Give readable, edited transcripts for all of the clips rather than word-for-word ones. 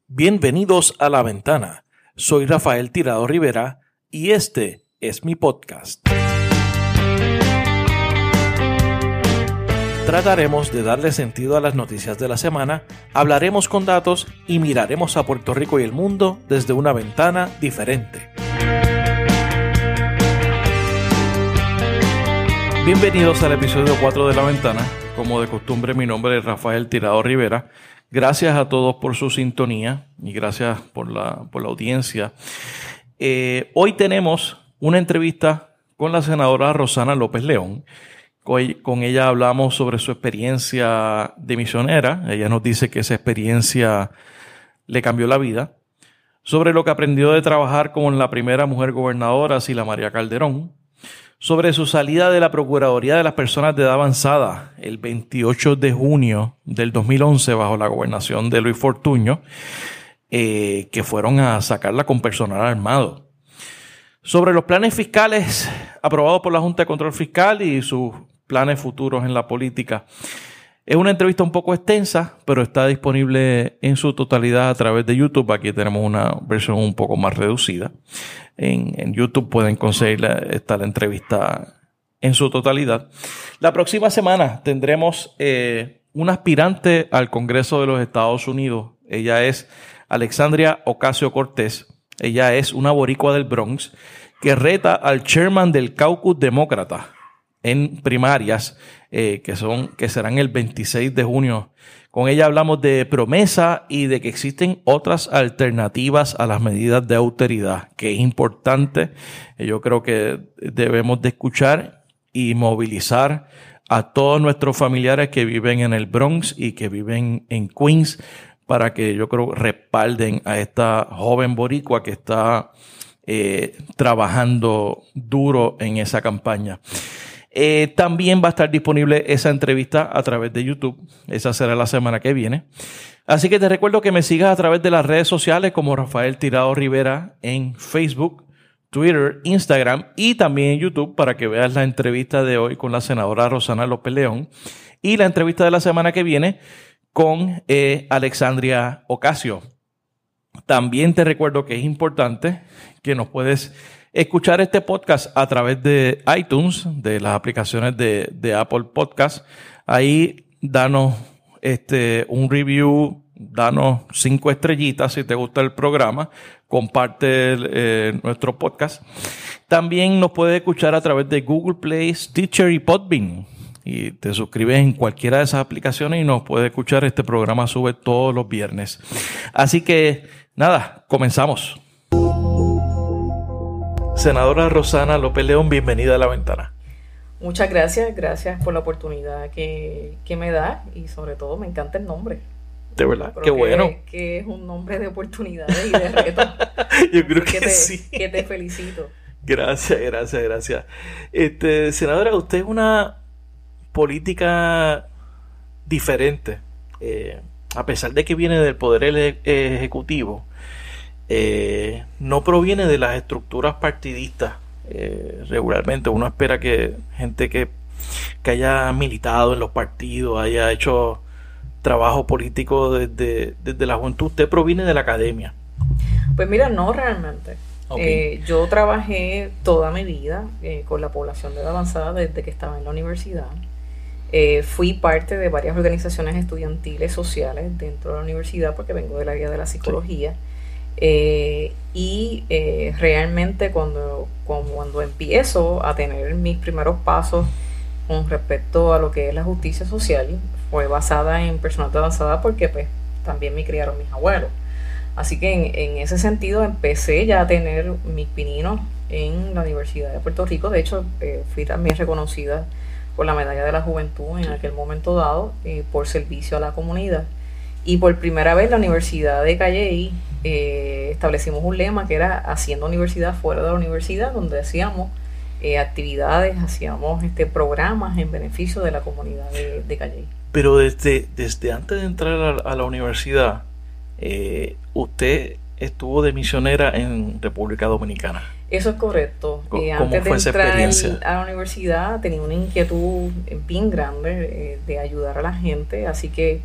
Bienvenidos a La Ventana. Soy Rafael Tirado Rivera y este es mi podcast. Trataremos de darle sentido a las noticias de la semana, hablaremos con datos y miraremos a Puerto Rico y el mundo desde una ventana diferente. Bienvenidos al episodio 4 de La Ventana. Como de costumbre, mi nombre es Rafael Tirado Rivera. Gracias a todos por su sintonía y gracias por la audiencia. Hoy tenemos una entrevista con la senadora Rosana López León. Con ella hablamos sobre su experiencia de misionera. Ella nos dice que esa experiencia le cambió la vida. Sobre lo que aprendió de trabajar con la primera mujer gobernadora, Sila María Calderón. Sobre su salida de la Procuraduría de las Personas de Edad Avanzada el 28 de junio del 2011 bajo la gobernación de Luis Fortuño, que fueron a sacarla con personal armado. Sobre los planes fiscales aprobados por la Junta de Control Fiscal y sus planes futuros en la política. Es una entrevista un poco extensa, pero está disponible en su totalidad a través de YouTube. Aquí tenemos una versión un poco más reducida. En YouTube pueden conseguir la entrevista en su totalidad. La próxima semana tendremos una aspirante al Congreso de los Estados Unidos. Ella es Alexandria Ocasio-Cortez. Ella es una boricua del Bronx que reta al chairman del caucus demócrata en primarias que serán el 26 de junio. Con ella hablamos de promesa y de que existen otras alternativas a las medidas de austeridad, que es importante. Yo creo que debemos de escuchar y movilizar a todos nuestros familiares que viven en el Bronx y que viven en Queens para que yo creo respalden a esta joven boricua que está trabajando duro en esa campaña. También va a estar disponible esa entrevista a través de YouTube. Esa será la semana que viene. Así que te recuerdo que me sigas a través de las redes sociales como Rafael Tirado Rivera en Facebook, Twitter, Instagram y también en YouTube para que veas la entrevista de hoy con la senadora Rosana López León y la entrevista de la semana que viene con Alexandria Ocasio. También te recuerdo que es importante que nos puedes escuchar este podcast a través de iTunes, de las aplicaciones de Apple Podcast. Ahí danos un review, danos 5 estrellitas si te gusta el programa, comparte nuestro podcast. También nos puedes escuchar a través de Google Play, Stitcher y Podbean. Y te suscribes en cualquiera de esas aplicaciones y nos puedes escuchar. Este programa sube todos los viernes. Así que nada, comenzamos. Senadora Rosana López León, bienvenida a La Ventana. Muchas gracias por la oportunidad que me da y sobre todo me encanta el nombre. De verdad, qué bueno. Que es un nombre de oportunidades y de retos. Yo creo que sí. Que te felicito. Gracias. Senadora, usted es una política diferente. A pesar de que viene del Poder Ejecutivo, no proviene de las estructuras partidistas. Regularmente uno espera que gente que haya militado en los partidos, haya hecho trabajo político desde la juventud. Usted proviene de la academia. Pues mira, no realmente. Okay. Yo trabajé toda mi vida con la población de edad avanzada desde que estaba en la universidad. Fui parte de varias organizaciones estudiantiles sociales dentro de la universidad porque vengo del área de la psicología. Sí. Realmente cuando empiezo a tener mis primeros pasos con respecto a lo que es la justicia social, fue basada en personas de avanzada porque pues también me criaron mis abuelos. Así que en ese sentido empecé ya a tener mis pininos en la Universidad de Puerto Rico. De hecho, fui también reconocida por la Medalla de la Juventud en aquel momento dado por servicio a la comunidad. Y por primera vez la Universidad de Calley establecimos un lema que era haciendo universidad fuera de la universidad, donde hacíamos actividades, hacíamos programas en beneficio de la comunidad de Calley. Pero desde antes de entrar a la universidad, usted estuvo de misionera en República Dominicana. Eso es correcto. ¿Cómo fue esa experiencia? A la universidad tenía una inquietud bien grande de ayudar a la gente, así que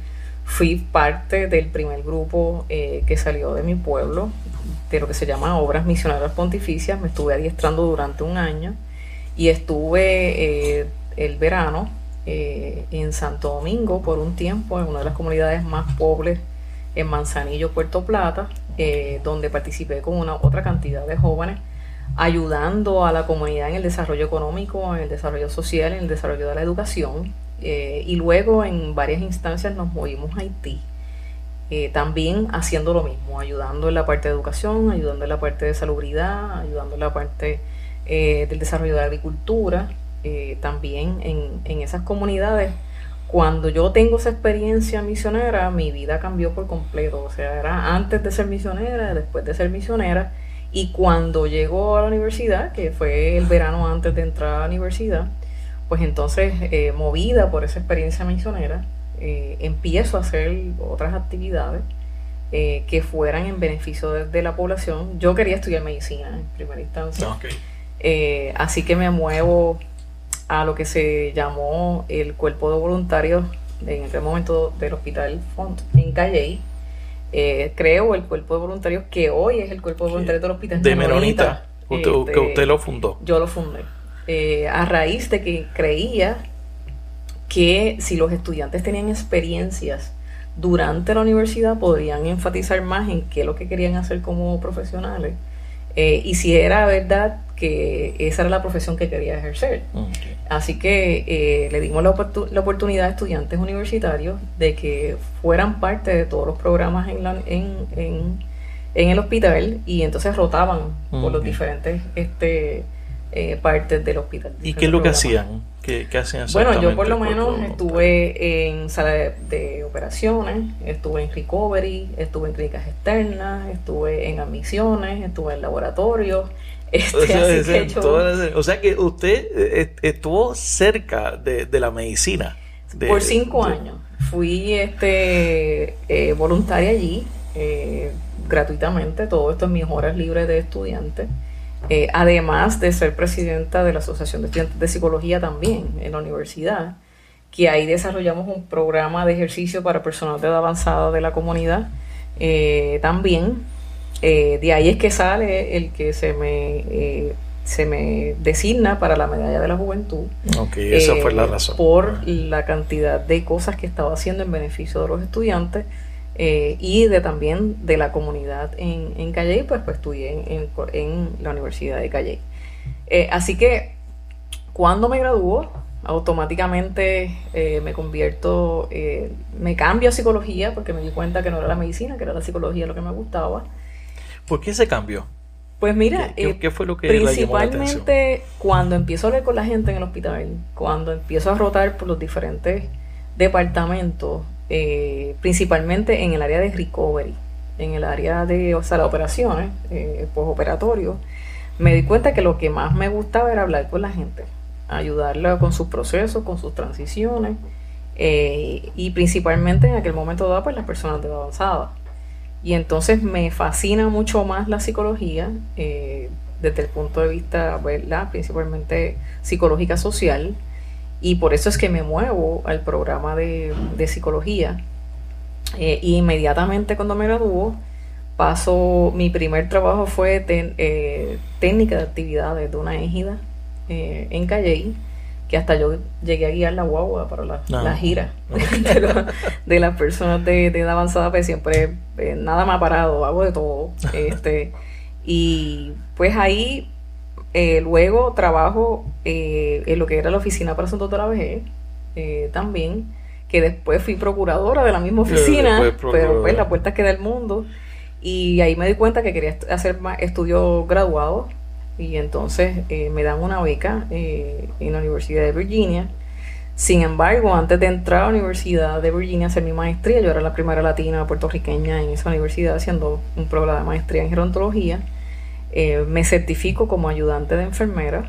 Fui parte del primer grupo que salió de mi pueblo, de lo que se llama Obras Misioneras Pontificias. Me estuve adiestrando durante un año y estuve el verano en Santo Domingo por un tiempo, en una de las comunidades más pobres en Manzanillo, Puerto Plata, donde participé con otra cantidad de jóvenes, ayudando a la comunidad en el desarrollo económico, en el desarrollo social, en el desarrollo de la educación. Y luego en varias instancias nos movimos a Haití, también haciendo lo mismo, ayudando en la parte de educación, ayudando en la parte de salubridad, ayudando en la parte del desarrollo de la agricultura, también en esas comunidades. Cuando yo tengo esa experiencia misionera, mi vida cambió por completo. O sea, era antes de ser misionera, después de ser misionera. Y cuando llego a la universidad, que fue el verano antes de entrar a la universidad, pues entonces, movida por esa experiencia misionera, empiezo a hacer otras actividades que fueran en beneficio de la población. Yo quería estudiar medicina en primera instancia. Okay. Así que me muevo a lo que se llamó el cuerpo de voluntarios en aquel momento del Hospital Font en Calley. Creo el cuerpo de voluntarios que hoy es el cuerpo de voluntarios del Hospital de Menonita. Que usted lo fundó. Yo lo fundé. A raíz de que creía que si los estudiantes tenían experiencias durante la universidad podrían enfatizar más en qué es lo que querían hacer como profesionales, y si era verdad que esa era la profesión que quería ejercer. Okay. Así que le dimos la oportunidad a estudiantes universitarios de que fueran parte de todos los programas en el hospital, y entonces rotaban por los diferentes partes del hospital. ¿Y qué es lo que hacían? ¿Qué hacían exactamente? Bueno, yo por lo menos estuve en sala de operaciones, estuve en recovery, estuve en clínicas externas, estuve en admisiones, estuve en laboratorios. O sea que usted estuvo cerca de la medicina. Por 5 años. Fui voluntaria allí, gratuitamente. Todo esto en mis horas libres de estudiante. Además de ser presidenta de la Asociación de Estudiantes de Psicología también en la universidad, que ahí desarrollamos un programa de ejercicio para personal de edad avanzada de la comunidad también. De ahí es que sale el que se me designa para la medalla de la juventud. Okay, esa fue la razón. Por la cantidad de cosas que estaba haciendo en beneficio de los estudiantes. Y también de la comunidad en Calley, pues estudié en la Universidad de Calley. Así que cuando me graduó, automáticamente me cambio a psicología, porque me di cuenta que no era la medicina, que era la psicología lo que me gustaba. ¿Por qué se cambió? Pues mira, ¿Qué fue lo que le llamó la atención? Principalmente cuando empiezo a hablar con la gente en el hospital, cuando empiezo a rotar por los diferentes departamentos, principalmente en el área de recovery, en el área de sala de operaciones, postoperatorio, me di cuenta que lo que más me gustaba era hablar con la gente, ayudarla con sus procesos, con sus transiciones, y principalmente en aquel momento dado, pues las personas de edad avanzada. Y entonces me fascina mucho más la psicología, desde el punto de vista, ¿verdad?, principalmente psicológica social. Y por eso es que me muevo al programa de psicología. Y inmediatamente cuando me graduó, mi primer trabajo fue técnica de actividades de una égida en Calley, que hasta yo llegué a guiar la guagua para la gira de las personas de edad avanzada, pues siempre nada me ha parado, hago de todo. Y pues ahí... luego trabajo en lo que era la oficina para asuntos de la vejez, también, que después fui procuradora de la misma oficina, pero pues la puerta queda al mundo, y ahí me di cuenta que quería hacer más estudios graduados, y entonces me dan una beca en la Universidad de Virginia. Sin embargo, antes de entrar a la Universidad de Virginia a hacer mi maestría, yo era la primera latina puertorriqueña en esa universidad haciendo un programa de maestría en gerontología. Me certifico como ayudante de enfermera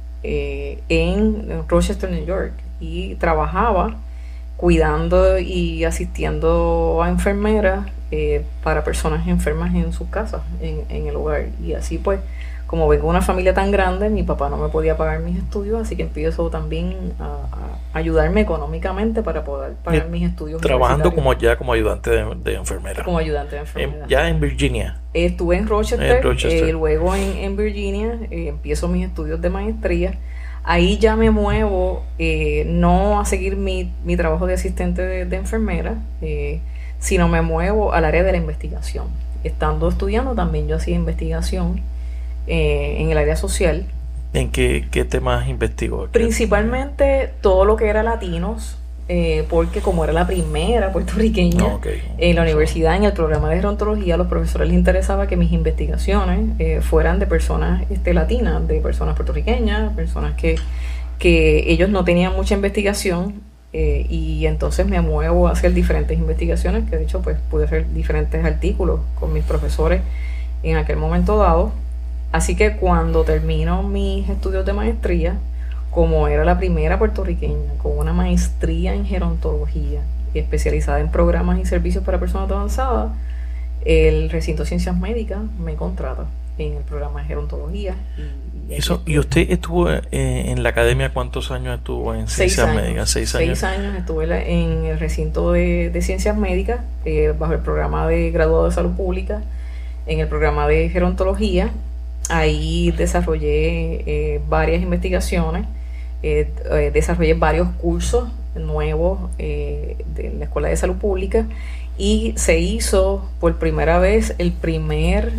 en Rochester, New York, y trabajaba cuidando y asistiendo a enfermeras para personas enfermas en sus casas, en el hogar. Y así pues, como vengo de una familia tan grande, mi papá no me podía pagar mis estudios, así que empiezo también a ayudarme económicamente para poder pagar mis estudios. Trabajando como ayudante de enfermera. Como ayudante de enfermera. Ya en Virginia. Estuve en Rochester. Luego en Virginia empiezo mis estudios de maestría. Ahí ya me muevo, no a seguir mi trabajo de asistente de enfermera, sino me muevo al área de la investigación. Estando estudiando también yo hacía investigación en el área social. ¿En qué temas investigó? Principalmente todo lo que era latinos, porque como era la primera puertorriqueña en la universidad, en el programa de gerontología, a los profesores les interesaba que mis investigaciones fueran de personas latinas, de personas puertorriqueñas, personas que ellos no tenían mucha investigación, y entonces me muevo a hacer diferentes investigaciones, que de hecho pues pude hacer diferentes artículos con mis profesores en aquel momento dado. Así que cuando termino mis estudios de maestría, como era la primera puertorriqueña con una maestría en gerontología y especializada en programas y servicios para personas avanzadas, el recinto de ciencias médicas me contrata en el programa de gerontología. ¿Y usted estuvo en la academia? ¿Cuántos años estuvo en ciencias médicas? 6 años. 6 años estuve en el recinto de ciencias médicas, bajo el programa de graduado de salud pública, en el programa de gerontología. Ahí desarrollé varias investigaciones, desarrollé varios cursos nuevos de la Escuela de Salud Pública, y se hizo por primera vez el primer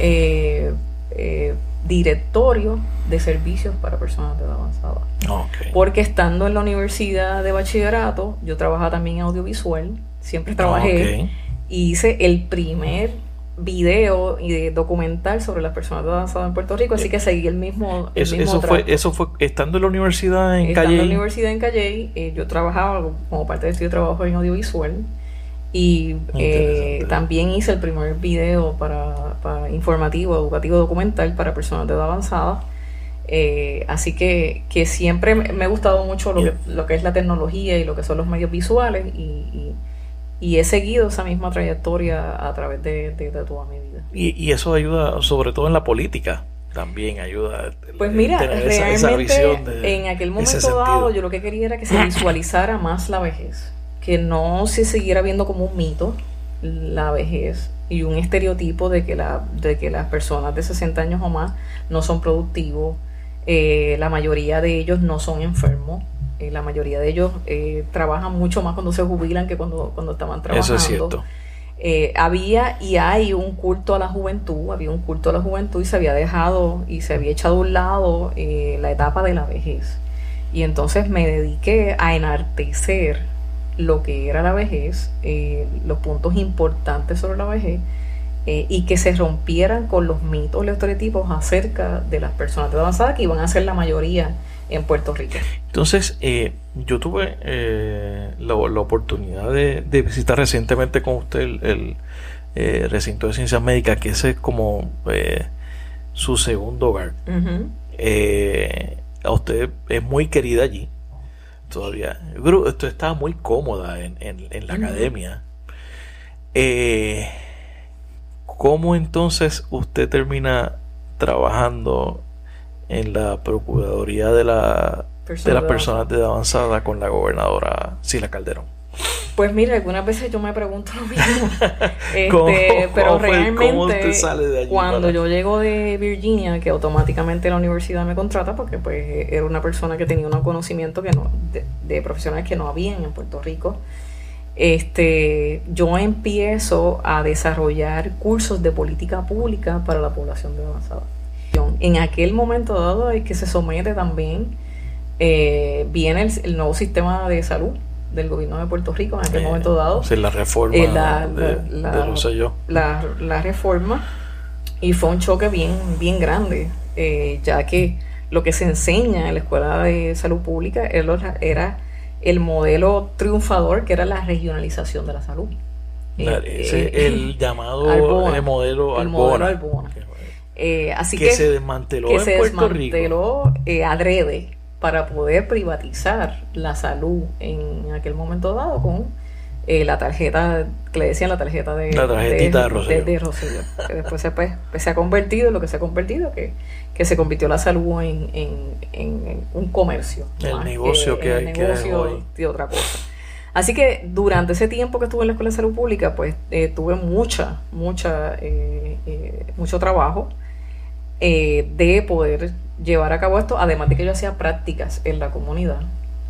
directorio de servicios para personas de edad avanzada. Porque estando en la universidad de bachillerato, yo trabajaba también en audiovisual, siempre trabajé, y hice el primer video y documental sobre las personas de edad avanzada en Puerto Rico, así que seguí el mismo eso fue estando en la universidad en Calley. Estando en la universidad en Calley, yo trabajaba como parte del estudio de trabajo en audiovisual, y también hice el primer video para informativo, educativo, documental para personas de edad avanzada. Así que siempre me ha gustado mucho lo que es la tecnología y lo que son los medios visuales, y he seguido esa misma trayectoria a través de toda mi vida. Y eso ayuda, sobre todo en la política, también ayuda. Pues mira, realmente esa visión en aquel momento dado yo lo que quería era que se visualizara más la vejez, que no se siguiera viendo como un mito la vejez y un estereotipo de que las personas de 60 años o más no son productivos. La mayoría de ellos no son enfermos. La mayoría de ellos trabajan mucho más cuando se jubilan que cuando estaban trabajando. Eso es cierto. Había y hay un culto a la juventud, y se había dejado y se había echado a un lado la etapa de la vejez. Y entonces me dediqué a enaltecer lo que era la vejez, los puntos importantes sobre la vejez, y que se rompieran con los mitos, los estereotipos acerca de las personas de edad avanzada, que iban a ser la mayoría en Puerto Rico. Entonces, yo tuve la oportunidad de visitar recientemente con usted el recinto de ciencias médicas, que ese es como su segundo hogar. Uh-huh. A usted es muy querida allí todavía. Yo creo que usted estaba muy cómoda en la uh-huh. academia. ¿Cómo entonces usted termina trabajando en la Procuraduría de las Personas de Edad Avanzada con la gobernadora Sila Calderón? Pues mira, algunas veces yo me pregunto lo mismo. Pero realmente sale de allí cuando yo llego de Virginia, que automáticamente la universidad me contrata, porque pues era una persona que tenía un conocimiento de profesionales que no habían en Puerto Rico, yo empiezo a desarrollar cursos de política pública para la población de avanzada. En aquel momento dado es que se somete también, viene el nuevo sistema de salud del gobierno de Puerto Rico en aquel momento dado. O sea, la reforma de Rosselló. La reforma, y fue un choque bien grande, ya que lo que se enseña en la Escuela de Salud Pública era el modelo triunfador, que era la regionalización de la salud. El llamado Arbona, modelo Arbona. El modelo Arbona. Así que se desmanteló en Puerto Rico. Adrede para poder privatizar la salud en aquel momento dado con la tarjeta, que le decían la tarjeta La tarjetita de Rosselló. de Rosselló, que después se ha convertido en lo que se ha convertido, que se convirtió la salud en un comercio. El negocio que hay hoy. De otra cosa. Así que durante ese tiempo que estuve en la Escuela de Salud Pública, pues tuve mucho trabajo de poder llevar a cabo esto, además de que yo hacía prácticas en la comunidad.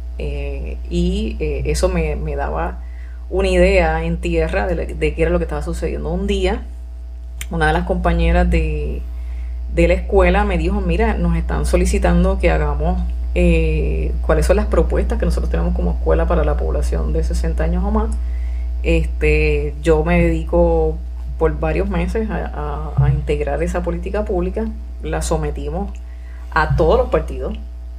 Eso me daba una idea en tierra de qué era lo que estaba sucediendo. Un día, una de las compañeras de la escuela me dijo, mira, nos están solicitando que hagamos cuáles son las propuestas que nosotros tenemos como escuela para la población de 60 años o más. Yo me dedico por varios meses a integrar esa política pública. La sometimos a todos los partidos.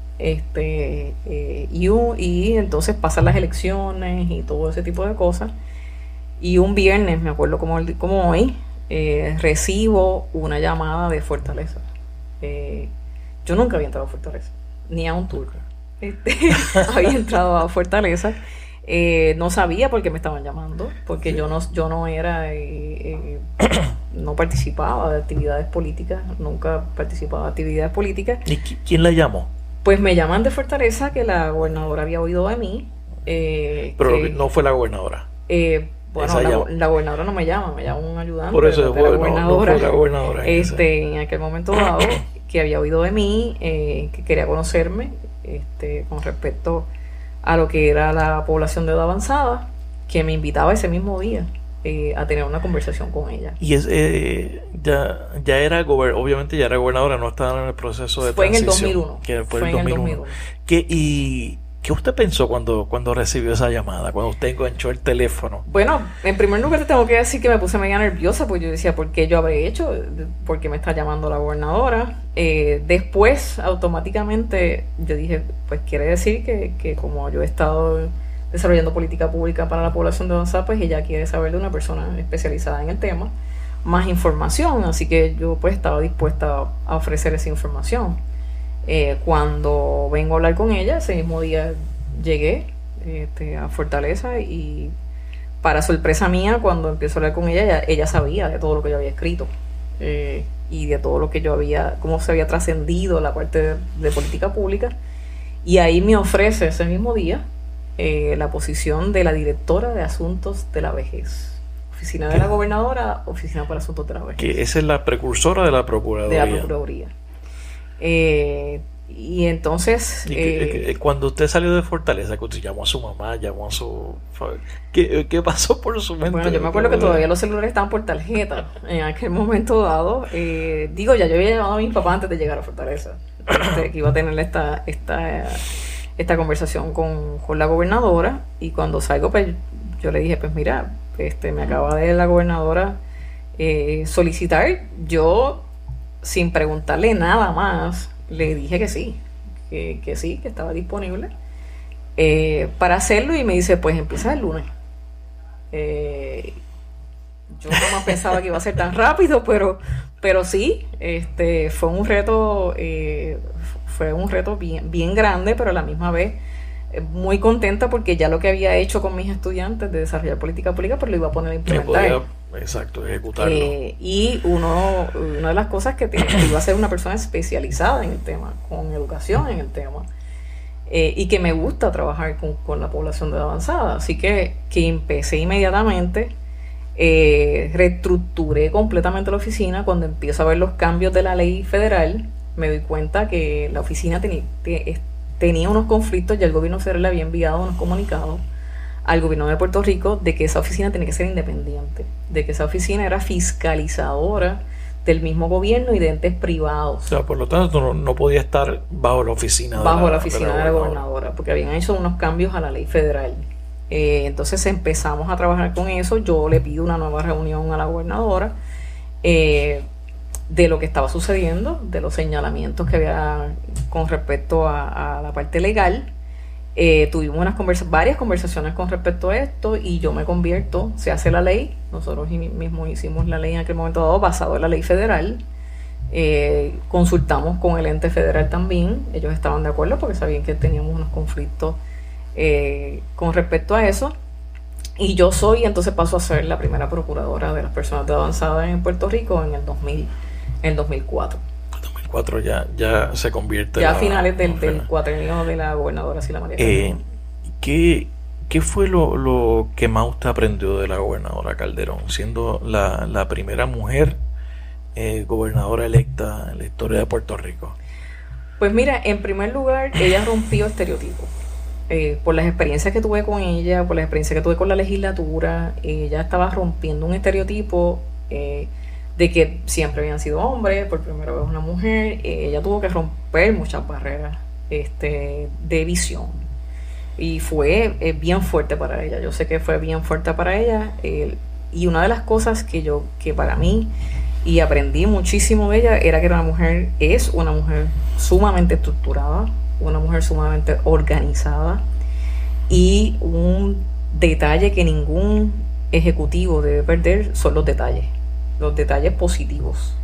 Y entonces pasan las elecciones y todo ese tipo de cosas. Y un viernes, me acuerdo como hoy, recibo una llamada de Fortaleza. Yo nunca había entrado a Fortaleza, ni a un tour. Había entrado a Fortaleza. No sabía por qué me estaban llamando, porque sí. yo no era, no participaba de actividades políticas, nunca participaba de actividades políticas. ¿Y quién la llamó? Pues me llaman de Fortaleza, que la gobernadora había oído de mí. Pero no fue la gobernadora. Bueno, la gobernadora no me llama un ayudante. Por eso de la gobernadora. No fue la gobernadora. En aquel momento dado, que había oído de mí, que quería conocerme con respecto a lo que era la población de edad avanzada, que me invitaba ese mismo día a tener una conversación con ella. Y ya era obviamente ya era gobernadora, no estaba en el proceso de transición. Fue en el 2001. Fue en el 2001. ¿Qué usted pensó cuando recibió esa llamada, cuando usted enganchó el teléfono? Bueno, en primer lugar te tengo que decir que me puse media nerviosa, porque yo decía, ¿por qué yo habré hecho? ¿Por qué me está llamando la gobernadora? Después, automáticamente, yo dije, pues quiere decir que como yo he estado desarrollando política pública para la población de avanzada, pues ella quiere saber de una persona especializada en el tema, más información, así que yo pues estaba dispuesta a ofrecer esa información. Cuando vengo a hablar con ella, ese mismo día llegué a Fortaleza, y para sorpresa mía, cuando empiezo a hablar con ella sabía de todo lo que yo había escrito, y de todo lo que yo cómo se había trascendido la parte de política pública, y ahí me ofrece ese mismo día la posición de la directora de Asuntos de la Vejez. Oficina de la Gobernadora, Oficina para Asuntos de la Vejez. Que esa es la precursora de la Procuraduría. De la Procuraduría. Y entonces... cuando usted salió de Fortaleza, que usted llamó a su mamá, llamó a su... ¿Qué pasó por su mente? Bueno, yo me acuerdo que todavía los celulares estaban por tarjeta. En aquel momento dado, ya yo había llamado a mi papá antes de llegar a Fortaleza, que iba a tener esta conversación con la gobernadora, y cuando salgo, pues yo le dije, pues mira, me acaba de la gobernadora solicitar. Yo, sin preguntarle nada más, le dije que sí, que sí, que estaba disponible para hacerlo, y me dice, pues empieza el lunes. Yo jamás pensaba que iba a ser tan rápido, pero sí, fue un reto bien grande, pero a la misma vez muy contenta, porque ya lo que había hecho con mis estudiantes de desarrollar política pública, pues lo iba a poner a implementar. Exacto, ejecutarlo. Y una de las cosas que iba a ser una persona especializada en el tema, con educación en el tema, y que me gusta trabajar con la población de edad avanzada. Así que empecé inmediatamente, reestructuré completamente la oficina. Cuando empiezo a ver los cambios de la ley federal, me doy cuenta que la oficina tenía unos conflictos, y el gobierno federal le había enviado unos comunicados al gobierno de Puerto Rico de que esa oficina tenía que ser independiente, de que esa oficina era fiscalizadora del mismo gobierno y de entes privados. O sea, por lo tanto, no podía estar bajo la oficina de la gobernadora, porque habían hecho unos cambios a la ley federal. Entonces empezamos a trabajar con eso. Yo le pido una nueva reunión a la gobernadora de lo que estaba sucediendo, de los señalamientos que había con respecto a la parte legal. Tuvimos varias conversaciones con respecto a esto, y yo me convierto, se hace la ley, nosotros mismos hicimos la ley en aquel momento dado basado en la ley federal. Consultamos con el ente federal también, ellos estaban de acuerdo porque sabían que teníamos unos conflictos con respecto a eso, Y yo entonces paso a ser la primera procuradora de las personas de edad avanzada en Puerto Rico en el 2004. En 2004 ya se convierte... Ya a finales del cuatrenio de la gobernadora Sila María Calderón. ¿Qué fue lo que más usted aprendió de la gobernadora Calderón, siendo la primera mujer gobernadora electa en la historia de Puerto Rico? Pues mira, en primer lugar, ella rompió estereotipos. Por las experiencias que tuve con ella, por las experiencias que tuve con la legislatura, ella estaba rompiendo un estereotipo de que siempre habían sido hombres, por primera vez una mujer. Ella tuvo que romper muchas barreras de visión. Y fue bien fuerte para ella. Yo sé que fue bien fuerte para ella. Y una de las cosas que para mí, y aprendí muchísimo de ella, era que es una mujer sumamente estructurada, una mujer sumamente organizada, y un detalle que ningún ejecutivo debe perder son los detalles positivos,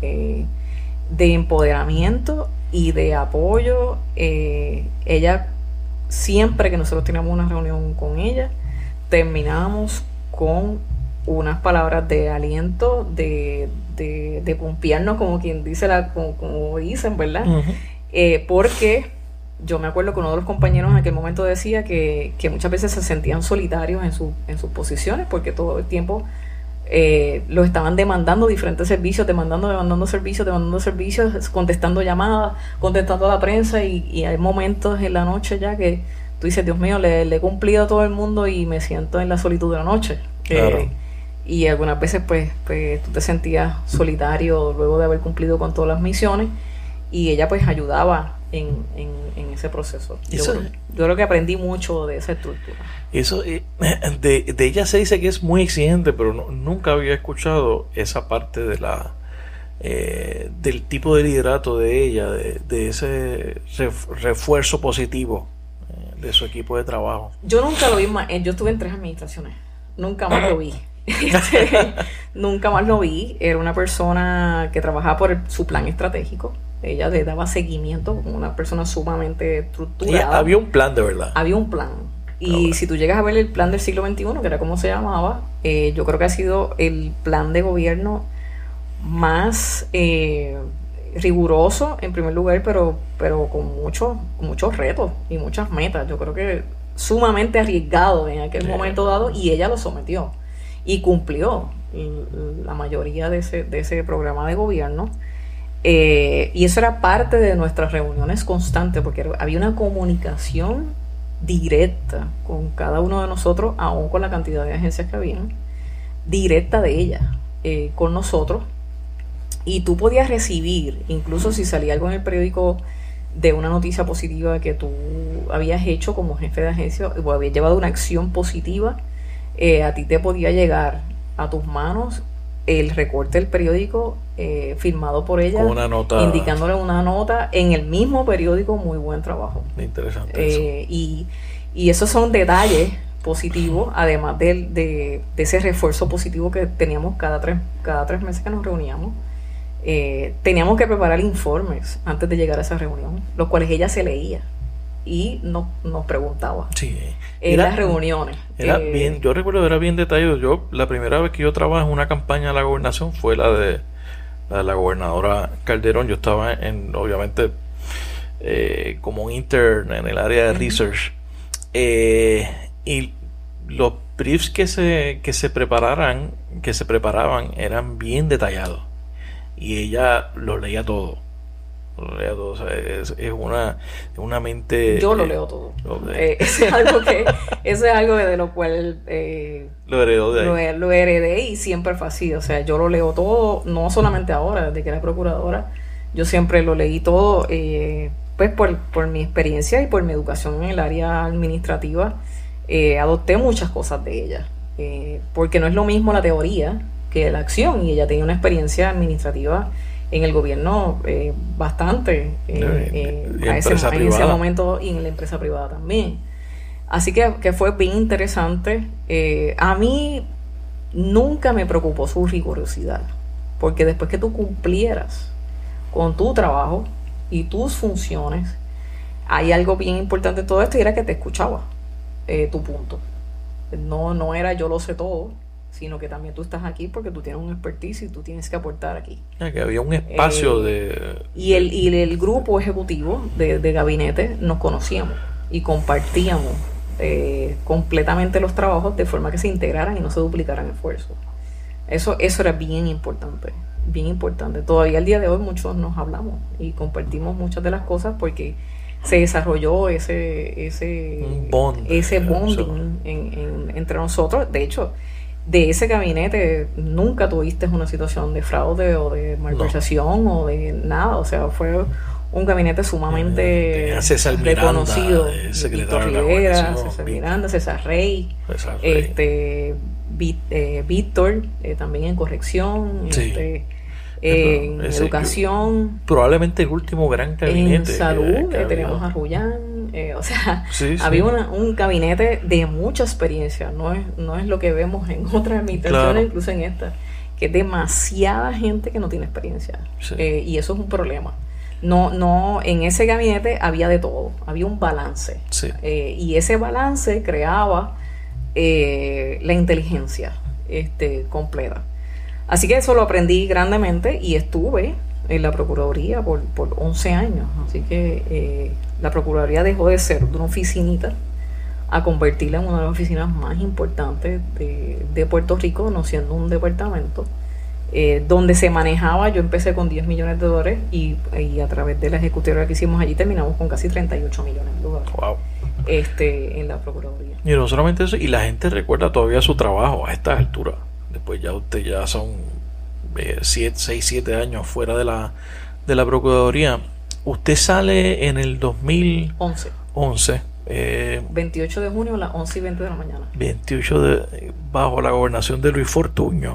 de empoderamiento y de apoyo. Ella, siempre que nosotros teníamos una reunión con ella, terminábamos con unas palabras de aliento, de pompearnos, como quien dice, como dicen, ¿verdad? Uh-huh. Porque yo me acuerdo que uno de los compañeros en aquel momento decía que muchas veces se sentían solitarios en sus posiciones, porque todo el tiempo los estaban demandando diferentes servicios, demandando servicios, contestando llamadas, contestando a la prensa, y hay momentos en la noche ya que tú dices, Dios mío, le he cumplido a todo el mundo y me siento en la solitud de la noche. Claro. Y algunas veces pues tú te sentías solitario luego de haber cumplido con todas las misiones, y ella pues ayudaba en ese proceso. Yo creo que aprendí mucho de esa estructura. Eso de ella se dice que es muy exigente, pero nunca había escuchado esa parte de del tipo de liderato de ella, de ese refuerzo positivo de su equipo de trabajo. Yo nunca lo vi más. Yo estuve en 3 administraciones, nunca más lo vi. Nunca más lo vi. Era una persona que trabajaba por su plan estratégico. Ella le daba seguimiento, como una persona sumamente estructurada. Había un plan, de verdad. Había un plan. Y si tú llegas a ver el plan del siglo XXI, que era como se llamaba, yo creo que ha sido el plan de gobierno más riguroso, en primer lugar, pero con muchos retos y muchas metas. Yo creo que sumamente arriesgado en aquel momento dado, y ella lo sometió y cumplió la mayoría de ese programa de gobierno. Y eso era parte de nuestras reuniones constantes, porque había una comunicación directa con cada uno de nosotros, aún con la cantidad de agencias que habían, directa de ella con nosotros. Y tú podías recibir, incluso si salía algo en el periódico de una noticia positiva que tú habías hecho como jefe de agencia o habías llevado una acción positiva, a ti te podía llegar a tus manos el recorte del periódico firmado por ella, con una nota, indicándole una nota en el mismo periódico, muy buen trabajo. Interesante eso. Y esos son detalles positivos, además de ese refuerzo positivo que teníamos cada tres meses que nos reuníamos. Teníamos que preparar informes antes de llegar a esa reunión, los cuales ella se leía y nos preguntaba en las reuniones. Era bien, yo recuerdo, era bien detallado. La primera vez que yo trabajé en una campaña de la gobernación fue la de la gobernadora Calderón. Yo estaba obviamente como un intern en el área de research, y los briefs que se preparaban eran bien detallados, y ella lo leía todo. O sea, es una mente. Yo lo leo todo. Eso es algo de lo cual lo heredó de ahí. Lo heredé, y siempre fue así. O sea, yo lo leo todo, no solamente ahora, desde que era procuradora, yo siempre lo leí todo, pues por mi experiencia y por mi educación en el área administrativa. Adopté muchas cosas de ella, porque no es lo mismo la teoría que la acción, y ella tenía una experiencia administrativa en el gobierno bastante en ese momento, y en la empresa privada también. Así que fue bien interesante. A mí nunca me preocupó su rigurosidad, porque después que tú cumplieras con tu trabajo y tus funciones, hay algo bien importante en todo esto, y era que te escuchaba tu punto. No era yo lo sé todo, sino que también tú estás aquí porque tú tienes un expertise y tú tienes que aportar aquí. Que había un espacio Y el grupo ejecutivo de gabinete nos conocíamos y compartíamos completamente los trabajos de forma que se integraran y no se duplicaran esfuerzos. Eso era bien importante, bien importante. Todavía al día de hoy muchos nos hablamos y compartimos muchas de las cosas porque se desarrolló ese bonding entre nosotros. De hecho, de ese gabinete nunca tuviste una situación de fraude o de malversación o de nada. O sea, fue un gabinete sumamente reconocido. Víctor Rivera, César Miranda, César Rey, Víctor, también en corrección, en educación, probablemente el último gran gabinete. En salud tenemos a Rullán. O sea, había un gabinete de mucha experiencia. No es lo que vemos en otras administraciones, incluso en esta, que es demasiada gente que no tiene experiencia. Y eso es un problema. No, en ese gabinete había de todo, había un balance. Y ese balance creaba la inteligencia completa. Así que eso lo aprendí grandemente y estuve en la Procuraduría por 11 años. Así que la Procuraduría dejó de ser de una oficinita a convertirla en una de las oficinas más importantes de Puerto Rico, no siendo un departamento, donde se manejaba. Yo empecé con $10 millones y a través de la ejecutiva que hicimos allí terminamos con casi $38 millones. Wow. En la Procuraduría. Y no solamente eso, y la gente recuerda todavía su trabajo a estas alturas. Después usted ya son 6-7 años fuera de la Procuraduría. Usted sale en el 2011. 28 de junio a las 11:20 de la mañana. Bajo la gobernación de Luis Fortuño.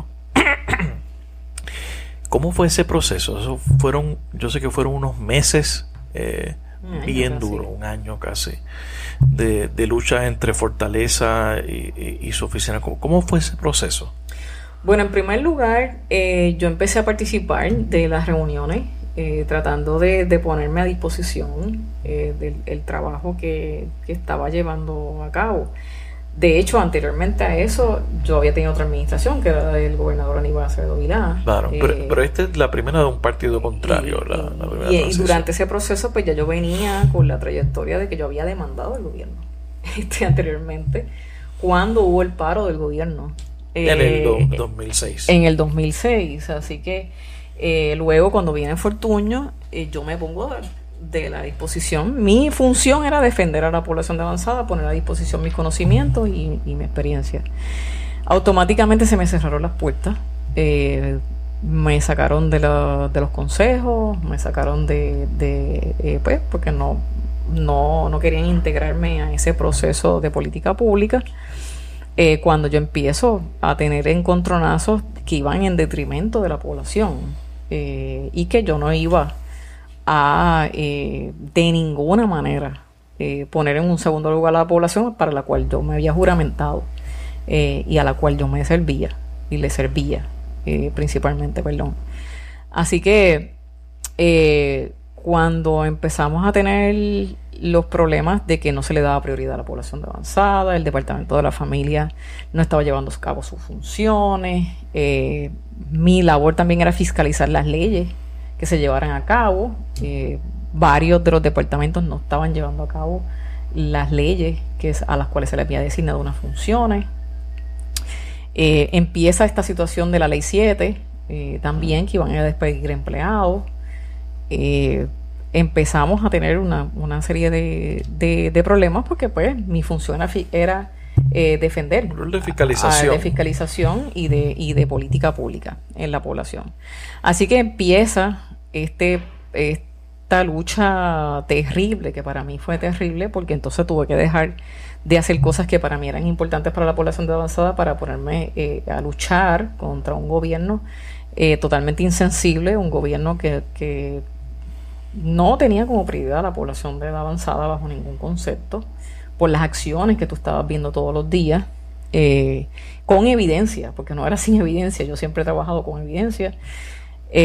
¿Cómo fue ese proceso? Yo sé que fueron unos meses bien duros, un año casi, de lucha entre Fortaleza y su oficina. ¿Cómo fue ese proceso? Bueno, en primer lugar, yo empecé a participar de las reuniones, tratando de ponerme a disposición del trabajo que estaba llevando a cabo. De hecho, anteriormente a eso, yo había tenido otra administración, que era del gobernador Aníbal Acevedo Vilá. Claro, pero esta es la primera de un partido contrario. Y durante ese proceso, pues ya yo venía con la trayectoria de que yo había demandado al gobierno anteriormente, cuando hubo el paro del gobierno. En el 2006. En el 2006, así que luego cuando viene Fortuño, yo me pongo de la disposición. Mi función era defender a la población de avanzada, poner a disposición mis conocimientos y mi experiencia. Automáticamente se me cerraron las puertas, me sacaron de los consejos, me sacaron pues porque no querían integrarme a ese proceso de política pública. Cuando yo empiezo a tener encontronazos que iban en detrimento de la población, y que yo no iba a de ninguna manera poner en un segundo lugar a la población para la cual yo me había juramentado, y a la cual yo me servía y le servía principalmente, perdón. Así que cuando empezamos a tener los problemas de que no se le daba prioridad a la población de avanzada, el Departamento de la Familia no estaba llevando a cabo sus funciones, mi labor también era fiscalizar las leyes que se llevaran a cabo. Varios de los departamentos no estaban llevando a cabo las leyes a las cuales se les había designado unas funciones. Empieza esta situación de la Ley 7, también, que iban a despedir empleados. Empezamos a tener una serie de problemas porque pues mi función era defender, de fiscalización. De fiscalización y de política pública en la población. Así que empieza esta lucha terrible, que para mí fue terrible, porque entonces tuve que dejar de hacer cosas que para mí eran importantes para la población de avanzada para ponerme a luchar contra un gobierno totalmente insensible, un gobierno que no tenía como prioridad a la población de edad avanzada bajo ningún concepto, por las acciones que tú estabas viendo todos los días, con evidencia, porque no era sin evidencia, yo siempre he trabajado con evidencia.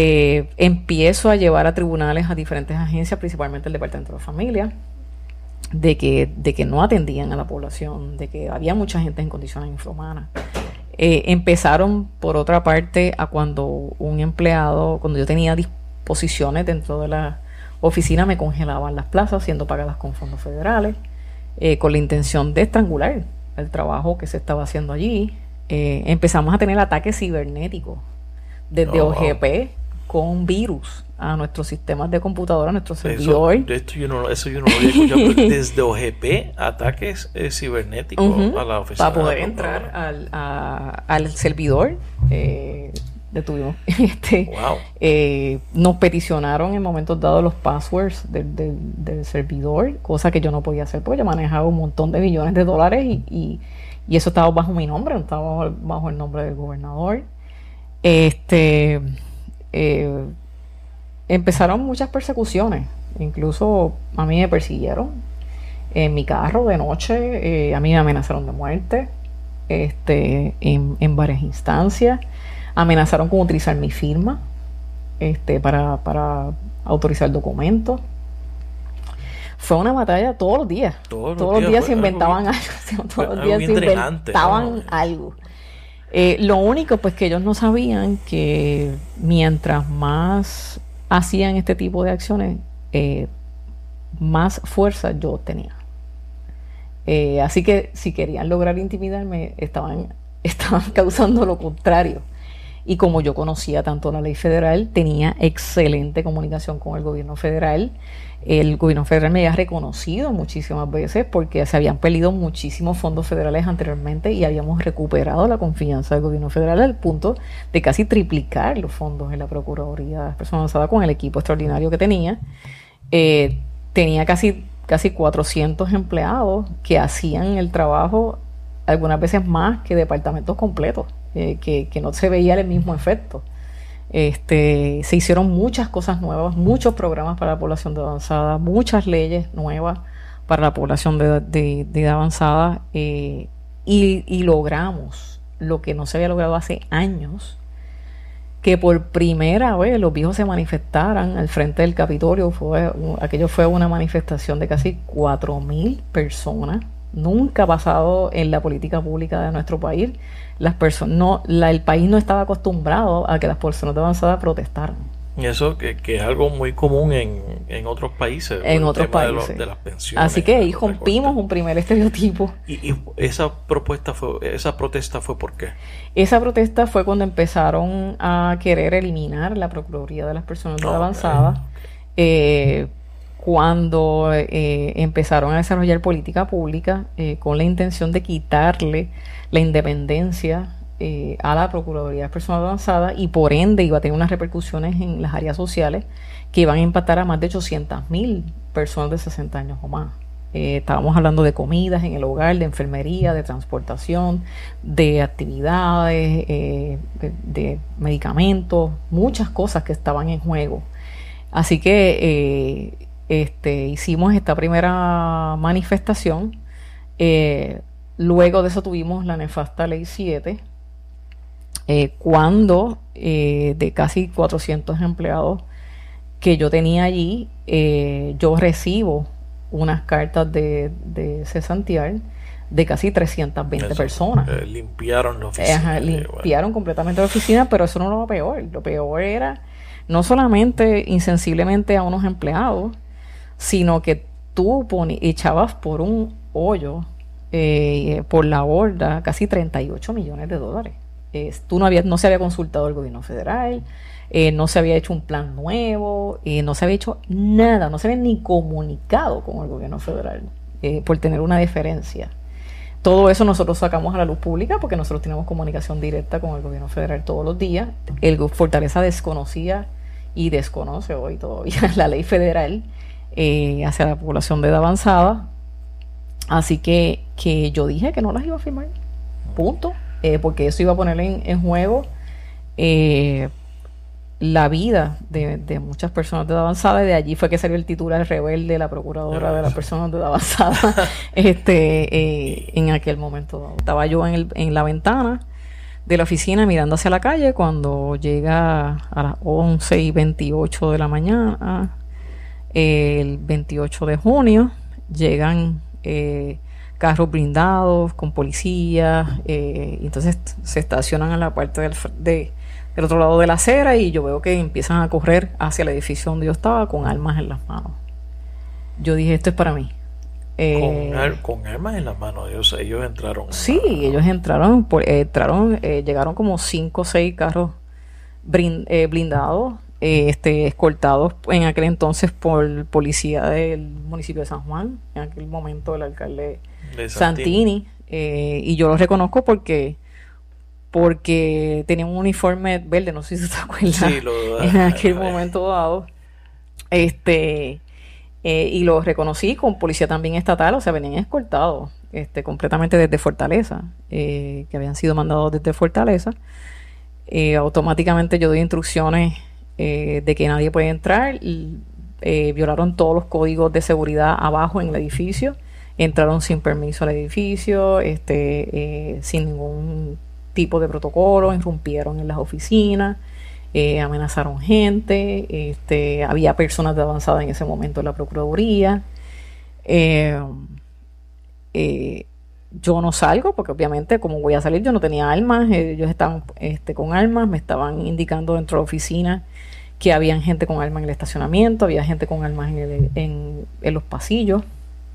Empiezo a llevar a tribunales a diferentes agencias, principalmente el Departamento de la Familia, de que no atendían a la población, de que había mucha gente en condiciones infrahumanas. Empezaron, por otra parte, a cuando un empleado, cuando yo tenía disposiciones dentro de la oficina, me congelaban las plazas siendo pagadas con fondos federales, con la intención de estrangular el trabajo que se estaba haciendo allí. Empezamos a tener ataques cibernéticos desde OGP con virus a nuestros sistemas de computadora, a nuestros servidores. Eso yo no lo había escuchado, pero desde OGP, ataques cibernéticos a la oficina. Para poder entrar al servidor, detuvimos. Nos peticionaron en momentos dados los passwords del servidor, cosa que yo no podía hacer porque yo manejaba un montón de millones de dólares y eso estaba bajo mi nombre, no estaba bajo el nombre del gobernador. Empezaron muchas persecuciones, incluso a mí me persiguieron en mi carro de noche, a mí me amenazaron de muerte en varias instancias, amenazaron con utilizar mi firma para autorizar documentos. Fue una batalla todos los días. Todos los días se inventaban algo. Todos los días se inventaban algo. Lo único pues que ellos no sabían que mientras más hacían este tipo de acciones, más fuerza yo tenía. Así que si querían lograr intimidarme, estaban causando lo contrario. Y como yo conocía tanto la ley federal, tenía excelente comunicación con el gobierno federal. El gobierno federal me había reconocido muchísimas veces porque se habían perdido muchísimos fondos federales anteriormente y habíamos recuperado la confianza del gobierno federal al punto de casi triplicar los fondos en la Procuraduría de las Personas Avanzadas con el equipo extraordinario que tenía. Tenía casi 400 empleados que hacían el trabajo algunas veces más que departamentos completos, que no se veía el mismo efecto. Se hicieron muchas cosas nuevas, muchos programas para la población de avanzada, muchas leyes nuevas para la población de edad avanzada, y logramos lo que no se había logrado hace años, que por primera vez los viejos se manifestaran al frente del Capitolio. Aquello fue una manifestación de casi 4,000 personas. Nunca ha pasado en la política pública de nuestro país. El país no estaba acostumbrado a que las personas de avanzada protestaran. Y eso que es algo muy común en otros países. En otros países. De las pensiones. Así que ahí rompimos un primer estereotipo. ¿Y esa protesta fue por qué? Esa protesta fue cuando empezaron a querer eliminar la Procuraduría de las Personas de avanzada. Cuando empezaron a desarrollar política pública con la intención de quitarle la independencia a la Procuraduría de las Personas Avanzadas, y por ende iba a tener unas repercusiones en las áreas sociales que iban a impactar a más de 800,000 personas de 60 años o más. Estábamos hablando de comidas en el hogar, de enfermería, de transportación, de actividades, de medicamentos, muchas cosas que estaban en juego. Así que hicimos esta primera manifestación. Luego de eso tuvimos la nefasta Ley 7, cuando de casi 400 empleados que yo tenía allí, yo recibo unas cartas de cesantear de casi 320 personas. Limpiaron la oficina. Limpiaron completamente la oficina, pero eso no era lo peor. Lo peor era no solamente insensiblemente a unos empleados, sino que tú echabas por un hoyo, por la borda, casi 38 millones de dólares. No se había consultado el gobierno federal, no se había hecho un plan nuevo, no se había hecho nada, no se había ni comunicado con el gobierno federal por tener una deferencia. Todo eso nosotros sacamos a la luz pública porque nosotros tenemos comunicación directa con el gobierno federal todos los días. El Fortaleza desconocía y desconoce hoy todavía la ley federal hacia la población de edad avanzada. Así que yo dije que no las iba a firmar, punto, porque eso iba a poner en juego la vida de muchas personas de edad avanzada, y de allí fue que salió el titular rebelde, la procuradora de las personas de edad avanzada. En aquel momento estaba yo en la ventana de la oficina mirando hacia la calle cuando llega a las 11:28 de la mañana, el 28 de junio llegan carros blindados con policías, entonces se estacionan en la parte del otro lado de la acera y yo veo que empiezan a correr hacia el edificio donde yo estaba con armas en las manos. Yo dije, esto es para mí. Con armas en las manos, ellos entraron. Sí, ellos entraron, llegaron como 5 o 6 carros blindados, escoltados en aquel entonces por policía del municipio de San Juan, en aquel momento el alcalde de Santini, y yo los reconozco porque tenían un uniforme verde, no sé si te acuerdas, sí, en aquel momento dado, y los reconocí con policía también estatal, o sea, venían escoltados completamente desde Fortaleza, que habían sido mandados desde Fortaleza. Automáticamente yo doy instrucciones de que nadie puede entrar, violaron todos los códigos de seguridad abajo en el edificio, entraron sin permiso al edificio, sin ningún tipo de protocolo, irrumpieron en las oficinas, amenazaron gente, había personas de avanzada en ese momento en la Procuraduría. Yo no salgo porque obviamente como voy a salir yo no tenía armas, ellos estaban con armas, me estaban indicando dentro de la oficina que había gente con armas en el estacionamiento, había gente con armas en los pasillos.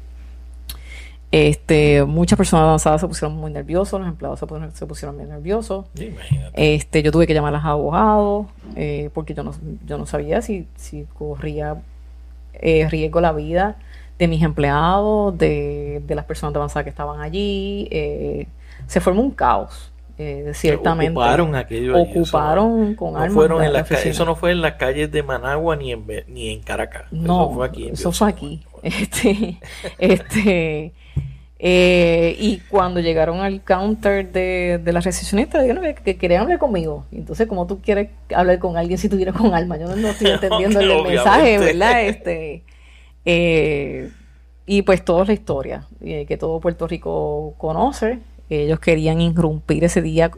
Muchas personas avanzadas se pusieron muy nerviosos, los empleados se pusieron muy nerviosos. Imagínate. Yo tuve que llamar a los abogados porque yo no sabía si corría riesgo la vida de mis empleados, de las personas avanzadas que estaban allí. Se formó un caos, ciertamente. Ocuparon con armas. Fueron en eso no fue en las calles de Managua ni en Caracas. No, eso fue aquí. Eso fue aquí. Y cuando llegaron al counter de la recepcionista, dijeron que querían hablar conmigo. Entonces, ¿cómo tú quieres hablar con alguien si tú vienes con armas? Yo no estoy entendiendo el mensaje, ¿verdad? Y pues toda la historia que todo Puerto Rico conoce. Ellos querían irrumpir ese día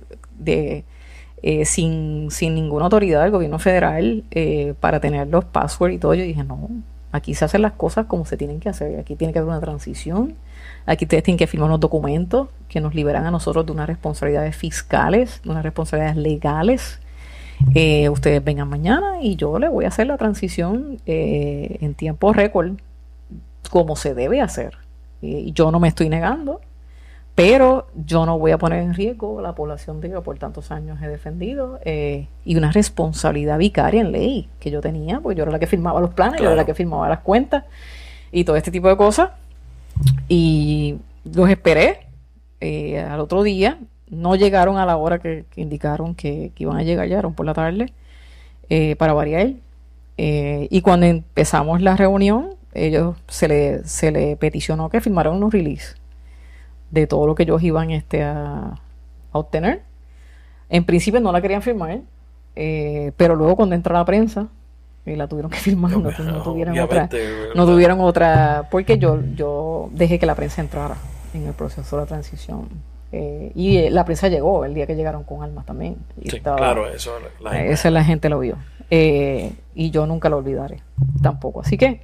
sin ninguna autoridad del gobierno federal para tener los passwords y todo. Yo dije, no, aquí se hacen las cosas como se tienen que hacer. Aquí tiene que haber una transición. Aquí ustedes tienen que firmar unos documentos que nos liberan a nosotros de unas responsabilidades fiscales, de unas responsabilidades legales. Ustedes vengan mañana y yo les voy a hacer la transición en tiempo récord como se debe hacer. Yo no me estoy negando, pero yo no voy a poner en riesgo la población que por tantos años he defendido y una responsabilidad vicaria en ley que yo tenía, porque yo era la que firmaba los planes, claro. Yo era la que firmaba las cuentas y todo este tipo de cosas. Y los esperé al otro día. No llegaron a la hora que indicaron que iban a llegar, llegaron por la tarde para variar. Y cuando empezamos la reunión, ellos se le peticionó que firmaran unos release de todo lo que ellos iban a obtener. En principio no la querían firmar, pero luego cuando entró la prensa la tuvieron que firmar, no tuvieron otra, porque yo dejé que la prensa entrara en el proceso de la transición. Y la prensa llegó el día que llegaron con armas también. Y sí, claro, eso la gente lo vio. Y yo nunca lo olvidaré tampoco. Así que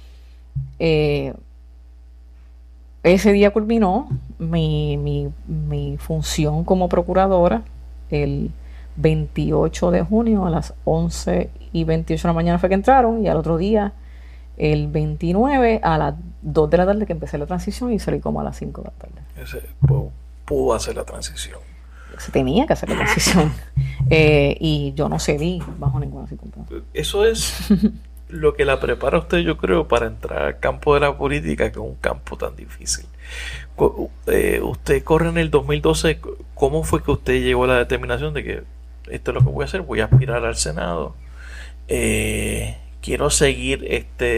ese día culminó mi función como procuradora el 28 de junio a las 11:28 de la mañana fue que entraron, y al otro día el 29 a las 2 de la tarde que empecé la transición y salí como a las 5 de la tarde. Pudo hacer la transición. Se tenía que hacer la transición y yo no cedí bajo ninguna circunstancia. Eso es lo que la prepara a usted, yo creo, para entrar al campo de la política, que es un campo tan difícil. Usted corre en el 2012. ¿Cómo fue que usted llegó a la determinación de que esto es lo que voy a hacer? Voy a aspirar al Senado. Quiero seguir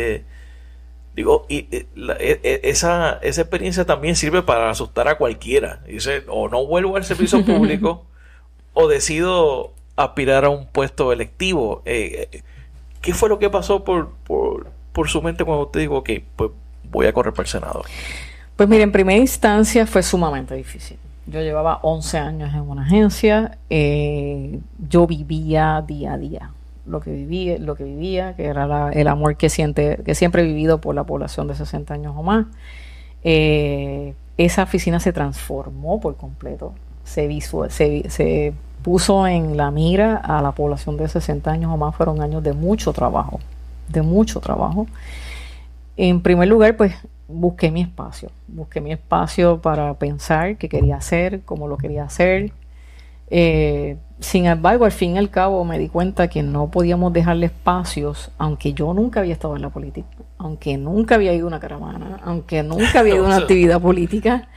esa experiencia también sirve para asustar a cualquiera. Dice, o no vuelvo al servicio público o decido aspirar a un puesto electivo. ¿Qué fue lo que pasó por su mente cuando usted dijo que pues voy a correr para el Senado? Pues mire, en primera instancia fue sumamente difícil. Yo llevaba 11 años en una agencia, yo vivía día a día vivía, que era el amor que siempre he vivido por la población de 60 años o más. Esa oficina se transformó por completo, se puso en la mira a la población de 60 años o más. Fueron años de mucho trabajo. En primer lugar, pues busqué mi espacio para pensar qué quería hacer, cómo lo quería hacer. Sin embargo, al fin y al cabo me di cuenta que no podíamos dejarle espacios, aunque yo nunca había estado en la política, aunque nunca había ido a una caravana, aunque nunca había ido a una actividad política.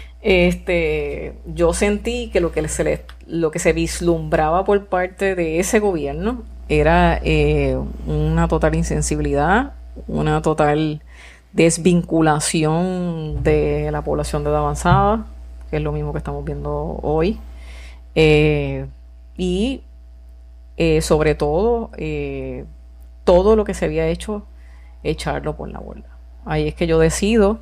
Yo sentí que lo que se vislumbraba por parte de ese gobierno era una total insensibilidad, una total desvinculación de la población de edad avanzada, que es lo mismo que estamos viendo hoy. Y sobre todo, todo lo que se había hecho, echarlo por la borda. Ahí es que yo decido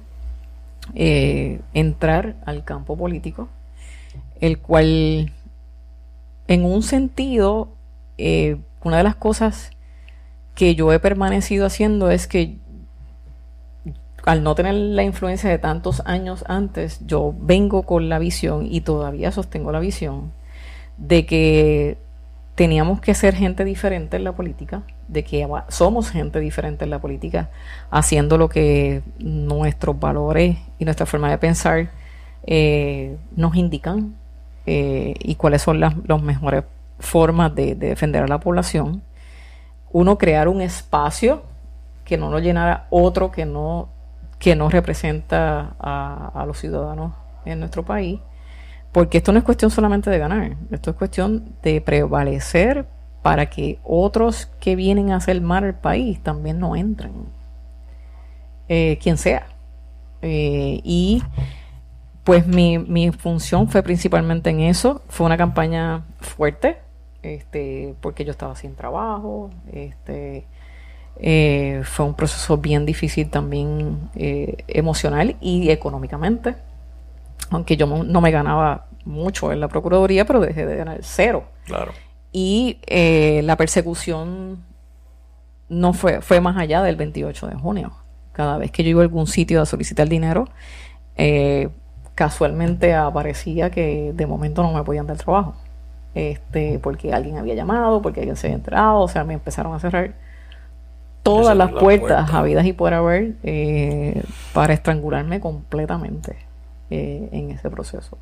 entrar al campo político, el cual, en un sentido, una de las cosas que yo he permanecido haciendo es que, al no tener la influencia de tantos años antes, yo vengo con la visión, y todavía sostengo la visión, de que teníamos que ser gente diferente en la política, de que somos gente diferente en la política, haciendo lo que nuestros valores y nuestra forma de pensar nos indican, y cuáles son las mejores formas de defender a la población. Uno, crear un espacio que no lo llenara otro que no representa a los ciudadanos en nuestro país. Porque esto no es cuestión solamente de ganar, esto es cuestión de prevalecer para que otros que vienen a hacer mal al país también no entren, quien sea. Y pues mi función fue principalmente en eso. Fue una campaña fuerte, porque yo estaba sin trabajo. Fue un proceso bien difícil también, emocional y económicamente. Aunque yo no me ganaba mucho en la Procuraduría, pero dejé de ganar cero. Claro. Y la persecución no fue más allá del 28 de junio. Cada vez que yo iba a algún sitio a solicitar dinero, casualmente aparecía que de momento no me podían dar trabajo. Porque alguien había llamado, porque alguien se había enterado, o sea, me empezaron a cerrar todas las puertas habidas y por haber, para estrangularme completamente en ese proceso.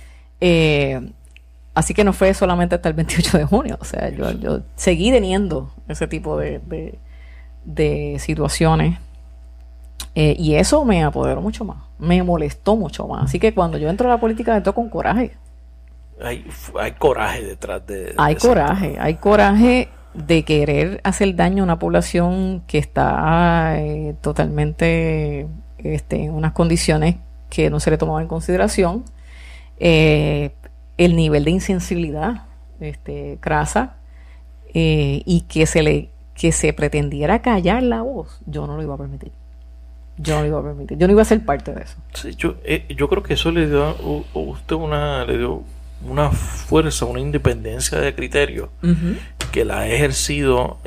Así que no fue solamente hasta el 28 de junio, o sea, yo seguí teniendo ese tipo de situaciones, y eso me apoderó mucho más, me molestó mucho más. Así que cuando yo entro a la política, entro con coraje. Hay coraje detrás de hay coraje de querer hacer daño a una población que está totalmente en unas condiciones que no se le tomaba en consideración. El nivel de insensibilidad crasa, y que se pretendiera callar la voz, yo no lo iba a permitir. Yo no iba a ser parte de eso. Sí, yo creo que eso le dio a usted una fuerza, una independencia de criterio, uh-huh, que la ha ejercido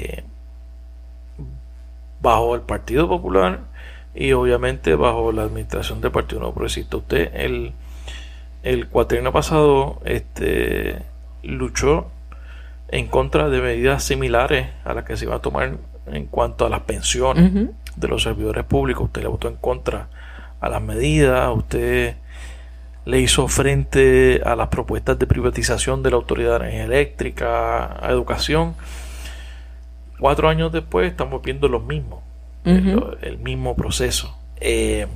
bajo el Partido Popular y obviamente bajo la administración del Partido Nuevo Progresista. Usted el cuatrienio pasado luchó en contra de medidas similares a las que se iba a tomar en cuanto a las pensiones, uh-huh, de los servidores públicos. Usted le votó en contra a las medidas, usted le hizo frente a las propuestas de privatización de la Autoridad de Energía Eléctrica, a educación. 4 años después estamos viendo lo mismo, uh-huh, el mismo proceso. ¿Qué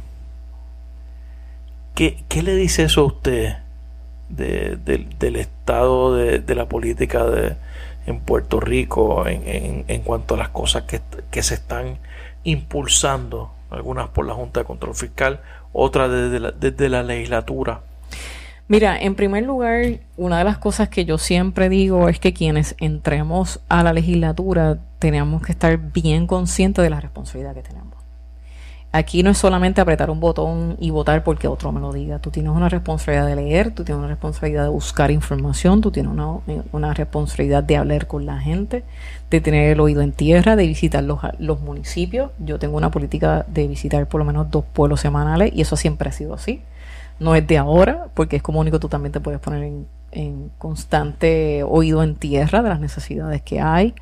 le dice eso a usted del estado de la política en Puerto Rico en cuanto a las cosas que se están impulsando, algunas por la Junta de Control Fiscal, otras desde la legislatura? Mira, en primer lugar, una de las cosas que yo siempre digo es que quienes entremos a la legislatura tenemos que estar bien conscientes de la responsabilidad que tenemos. aquí no es solamente apretar un botón y votar porque otro me lo diga. Tú tienes una responsabilidad de leer, tú tienes una responsabilidad de buscar información, tú tienes una responsabilidad de hablar con la gente, de tener el oído en tierra, de visitar los municipios. Yo tengo una política de visitar por lo menos 2 pueblos semanales y eso siempre ha sido así. No es de ahora, porque es como único tú también te puedes poner en constante oído en tierra de las necesidades que hay.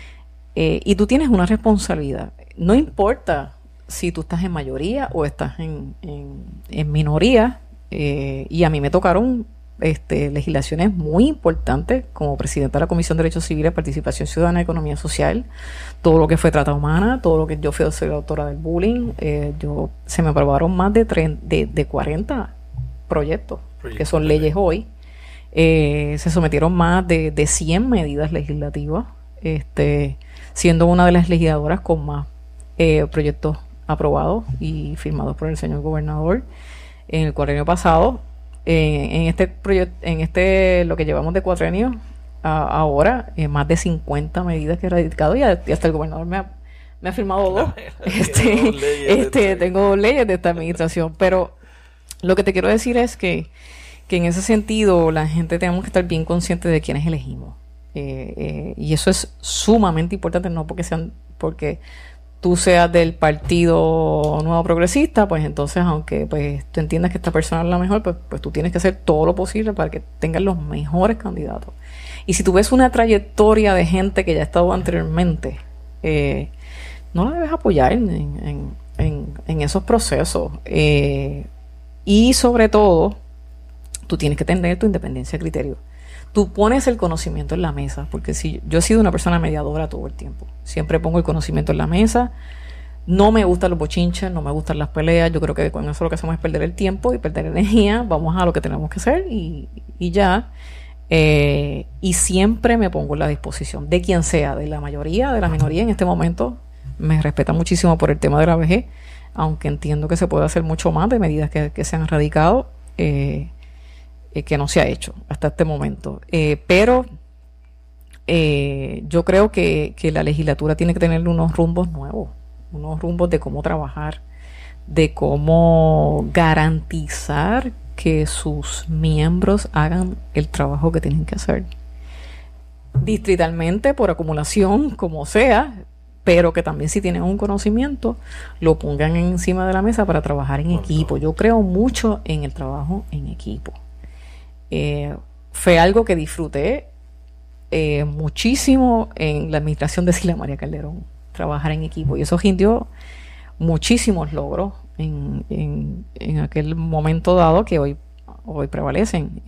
Y tú tienes una responsabilidad. No importa si tú estás en mayoría o estás en minoría, y a mí me tocaron legislaciones muy importantes como presidenta de la Comisión de Derechos Civiles, Participación Ciudadana y Economía Social, todo lo que fue trata humana, todo lo que yo fui autora del bullying, se me aprobaron más de 40 proyectos que son leyes hoy. Se sometieron más de 100 medidas legislativas, siendo una de las legisladoras con más proyectos aprobados y firmados por el señor gobernador en el cuatrienio pasado. En este proyecto, lo que llevamos de cuatrienio ahora, más de 50 medidas que he radicado y hasta el gobernador me ha firmado 2. Tengo 2 leyes de esta administración, pero lo que te quiero decir es que en ese sentido la gente tenemos que estar bien conscientes de quiénes elegimos. Y eso es sumamente importante, no porque tú seas del Partido Nuevo Progresista, pues entonces, aunque pues tú entiendas que esta persona es la mejor, pues tú tienes que hacer todo lo posible para que tengan los mejores candidatos. Y si tú ves una trayectoria de gente que ya ha estado anteriormente, no la debes apoyar en esos procesos. Y sobre todo, tú tienes que tener tu independencia de criterio. Tú pones el conocimiento en la mesa, porque si yo he sido una persona mediadora todo el tiempo, siempre pongo el conocimiento en la mesa. No me gustan los bochinches, no me gustan las peleas. Yo creo que con eso lo que hacemos es perder el tiempo y perder energía. Vamos a lo que tenemos que hacer y ya. Y siempre me pongo en la disposición de quien sea, de la mayoría, de la minoría. En este momento me respeta muchísimo por el tema de la vejez, aunque entiendo que se puede hacer mucho más de medidas que se han radicado, que no se ha hecho hasta este momento. Pero yo creo que la legislatura tiene que tener unos rumbos nuevos, unos rumbos de cómo trabajar, de cómo garantizar que sus miembros hagan el trabajo que tienen que hacer. Distritalmente, por acumulación, como sea, pero que también si tienen un conocimiento, lo pongan encima de la mesa para trabajar en equipo. Yo creo mucho en el trabajo en equipo. Fue algo que disfruté muchísimo en la administración de Sila María Calderón, trabajar en equipo, y eso rindió muchísimos logros en aquel momento dado que hoy prevalecen,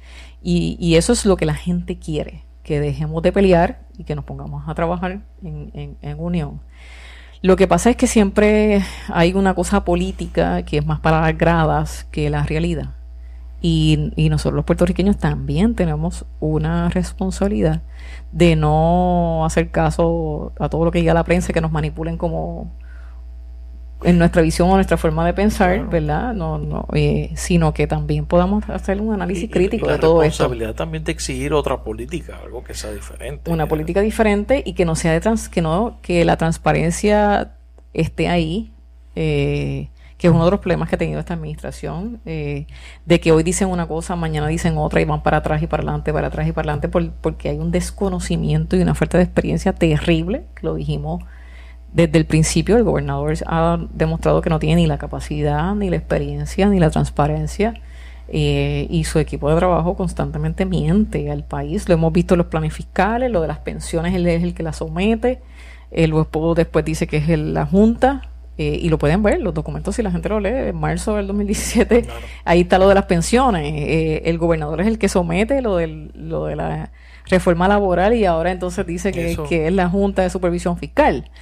y eso es lo que la gente quiere, que dejemos de pelear y que nos pongamos a trabajar en unión. Lo que pasa es que siempre hay una cosa política que es más para las gradas que la realidad. Y nosotros los puertorriqueños también tenemos una responsabilidad de no hacer caso a todo lo que diga la prensa, que nos manipulen como en nuestra visión o nuestra forma de pensar, claro, ¿verdad? Sino que también podamos hacer un análisis crítico de todo esto. La responsabilidad también de exigir otra política, algo que sea diferente. Una política diferente y que no sea que la transparencia esté ahí, que es uno de los problemas que ha tenido esta administración, de que hoy dicen una cosa, mañana dicen otra y van para atrás y para adelante, para atrás y para adelante, porque hay un desconocimiento y una falta de experiencia terrible, que lo dijimos desde el principio. El gobernador ha demostrado que no tiene ni la capacidad, ni la experiencia, ni la transparencia, y su equipo de trabajo constantemente miente al país. Lo hemos visto en los planes fiscales, lo de las pensiones, él es el que las somete, luego después dice que es la Junta. Y lo pueden ver, los documentos, si la gente lo lee, en marzo del 2017, claro, ahí está lo de las pensiones. El gobernador es el que somete lo de la reforma laboral, y ahora entonces dice que es la Junta de Supervisión Fiscal.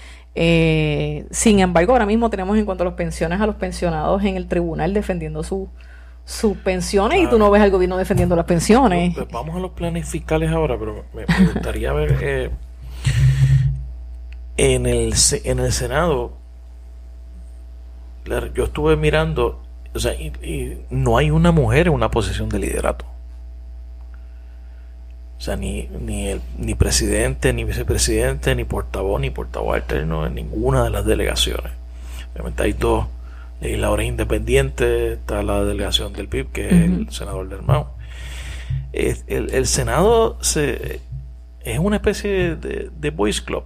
Sin embargo, ahora mismo tenemos en cuanto a las pensiones, a los pensionados en el tribunal defendiendo sus pensiones, claro, y tú no ves al gobierno defendiendo las pensiones. Pues vamos a los planes fiscales ahora, pero me gustaría ver en el Senado. Yo estuve mirando, o sea, y no hay una mujer en una posición de liderato. O sea, ni presidente, ni vicepresidente, ni portavoz alterno en ninguna de las delegaciones. Obviamente hay dos legisladores independientes, está la delegación del PIB, que es el senador del MAU. El Senado es una especie de boys club.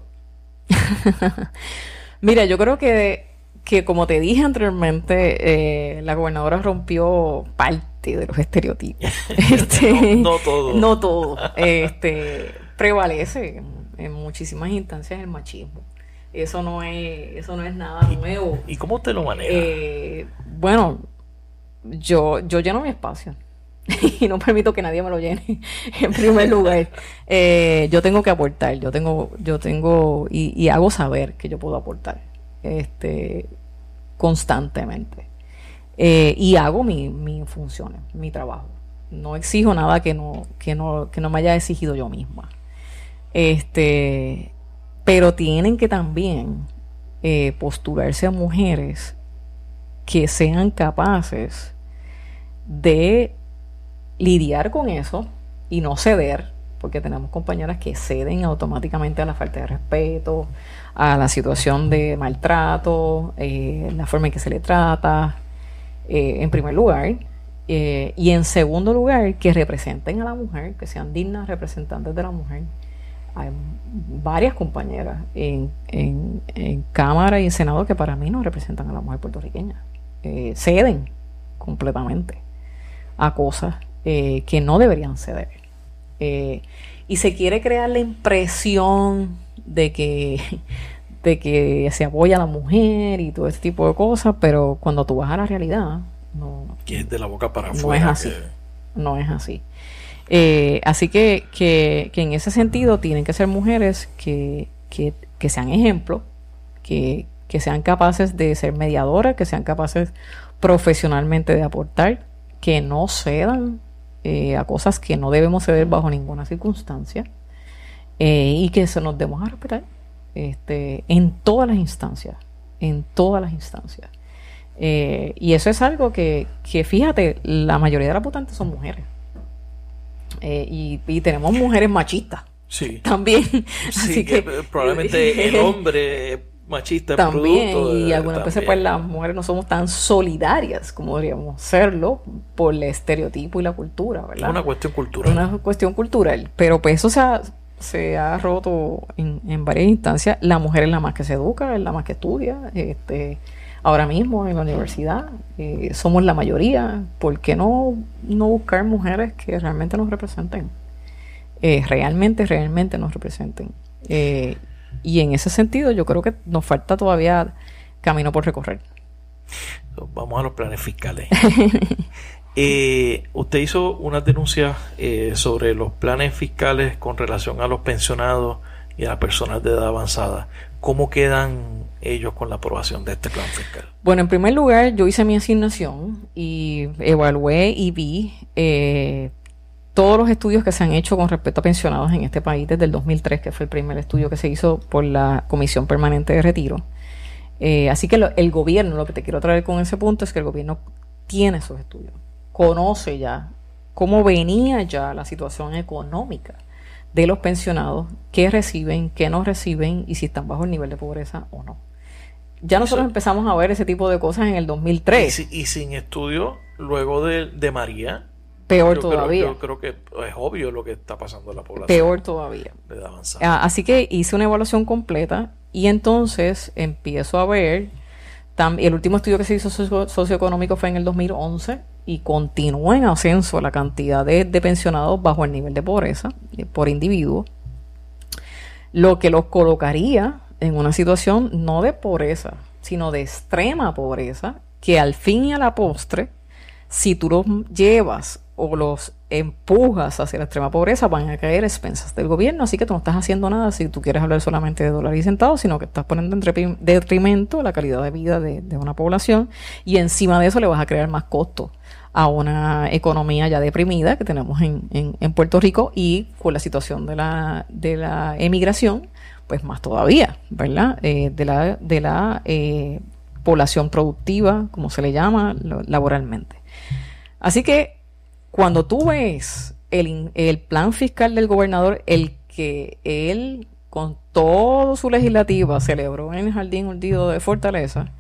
Mira, yo creo que como te dije anteriormente, la gobernadora rompió parte de los estereotipos. No todo. No todo. Prevalece en muchísimas instancias el machismo. Eso no es nada nuevo. ¿Y cómo usted lo maneja? Bueno, yo lleno mi espacio y no permito que nadie me lo llene. En primer lugar, yo tengo que aportar. Yo tengo y hago saber que yo puedo aportar constantemente. Y hago mis funciones, mi trabajo. No exijo nada que no me haya exigido yo misma. Pero tienen que también postularse a mujeres que sean capaces de lidiar con eso y no ceder, porque tenemos compañeras que ceden automáticamente a la falta de respeto, a la situación de maltrato, la forma en que se le trata, en primer lugar, y en segundo lugar, que representen a la mujer, que sean dignas representantes de la mujer. Hay varias compañeras en Cámara y en Senado que para mí no representan a la mujer puertorriqueña. Ceden completamente a cosas que no deberían ceder. Y se quiere crear la impresión de que se apoya a la mujer y todo ese tipo de cosas, pero cuando tú vas a la realidad, no. Que es de la boca para afuera. No es así. No es así. Así que en ese sentido tienen que ser mujeres que sean ejemplo, que sean capaces de ser mediadoras, que sean capaces profesionalmente de aportar, que no cedan a cosas que no debemos ceder bajo ninguna circunstancia, y que se nos demos a respetar en todas las instancias, y eso es algo que fíjate, la mayoría de las votantes son mujeres. Y tenemos mujeres machistas. Sí. También. Sí, Así que probablemente el hombre machista también, producto y algunas veces pues las mujeres no somos tan solidarias como deberíamos serlo por el estereotipo y la cultura, ¿verdad? Es una cuestión cultural. Una cuestión cultural. Pero pues eso se ha roto en varias instancias. La mujer es la más que se educa, es la más que estudia. Ahora mismo en la universidad somos la mayoría. ¿Por qué no buscar mujeres que realmente nos representen? Realmente nos representen. Y en ese sentido yo creo que nos falta todavía camino por recorrer. Vamos a los planes fiscales. Usted hizo unas denuncias sobre los planes fiscales con relación a los pensionados y a las personas de edad avanzada. ¿Cómo quedan ellos con la aprobación de este plan fiscal? Bueno, en primer lugar, yo hice mi asignación y evalué y vi todos los estudios que se han hecho con respecto a pensionados en este país desde el 2003, que fue el primer estudio que se hizo por la Comisión Permanente de Retiro. Así que el gobierno, lo que te quiero traer con ese punto es que el gobierno tiene esos estudios, conoce ya cómo venía ya la situación económica de los pensionados, qué reciben, qué no reciben y si están bajo el nivel de pobreza o no. Ya nosotros empezamos a ver ese tipo de cosas en el 2003. Y sin estudio, luego de María, peor todavía. Yo creo que es obvio lo que está pasando en la población. Peor todavía. Así que hice una evaluación completa y entonces empiezo a ver, el último estudio que se hizo socioeconómico fue en el 2011 y continúa en ascenso la cantidad de pensionados bajo el nivel de pobreza por individuo, lo que los colocaría en una situación no de pobreza, sino de extrema pobreza, que al fin y a la postre, si tú los llevas o los empujas hacia la extrema pobreza, van a caer a expensas del gobierno, así que tú no estás haciendo nada si tú quieres hablar solamente de dólares y centavos, sino que estás poniendo en detrimento la calidad de vida de una población, y encima de eso le vas a crear más costos a una economía ya deprimida que tenemos en Puerto Rico, y con la situación de la emigración, pues más todavía, ¿verdad? De la población productiva, como se le llama laboralmente. Así que cuando tú ves el plan fiscal del gobernador, el que él con todo su legislativa celebró en el Jardín Hundido de Fortaleza,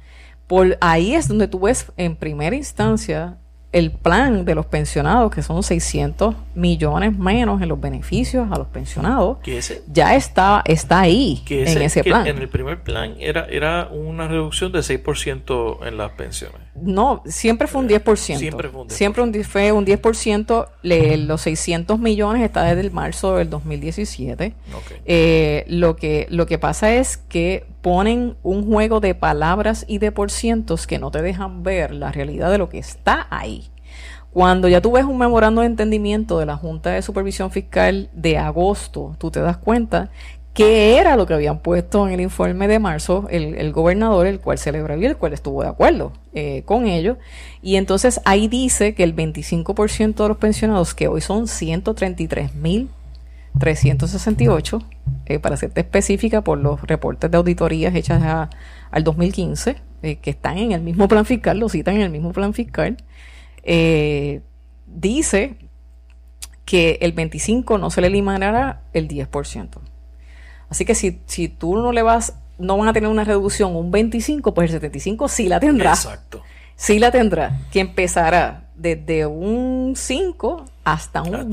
Por ahí es donde tú ves en primera instancia el plan de los pensionados, que son 600 millones menos en los beneficios a los pensionados, ya está ahí en ese plan. En el primer plan era una reducción de 6% en las pensiones. No, siempre fue un 10%. Siempre fue un 10%. Los 600 millones está desde el marzo del 2017. Okay. Lo que pasa es que ponen un juego de palabras y de porcientos que no te dejan ver la realidad de lo que está ahí. Cuando ya tú ves un memorando de entendimiento de la Junta de Supervisión Fiscal de agosto, tú te das cuenta que era lo que habían puesto en el informe de marzo el gobernador, el cual celebró y el cual estuvo de acuerdo con ello. Y entonces ahí dice que el 25% de los pensionados, que hoy son 133,368, para serte específica por los reportes de auditorías hechas al 2015, que están en el mismo plan fiscal, lo citan en el mismo plan fiscal, dice que el 25% no se le eliminará el 10%. Así que si tú no van a tener una reducción un 25%, pues el 75% sí la tendrá. Exacto. Sí la tendrá, que empezará desde un 5 hasta un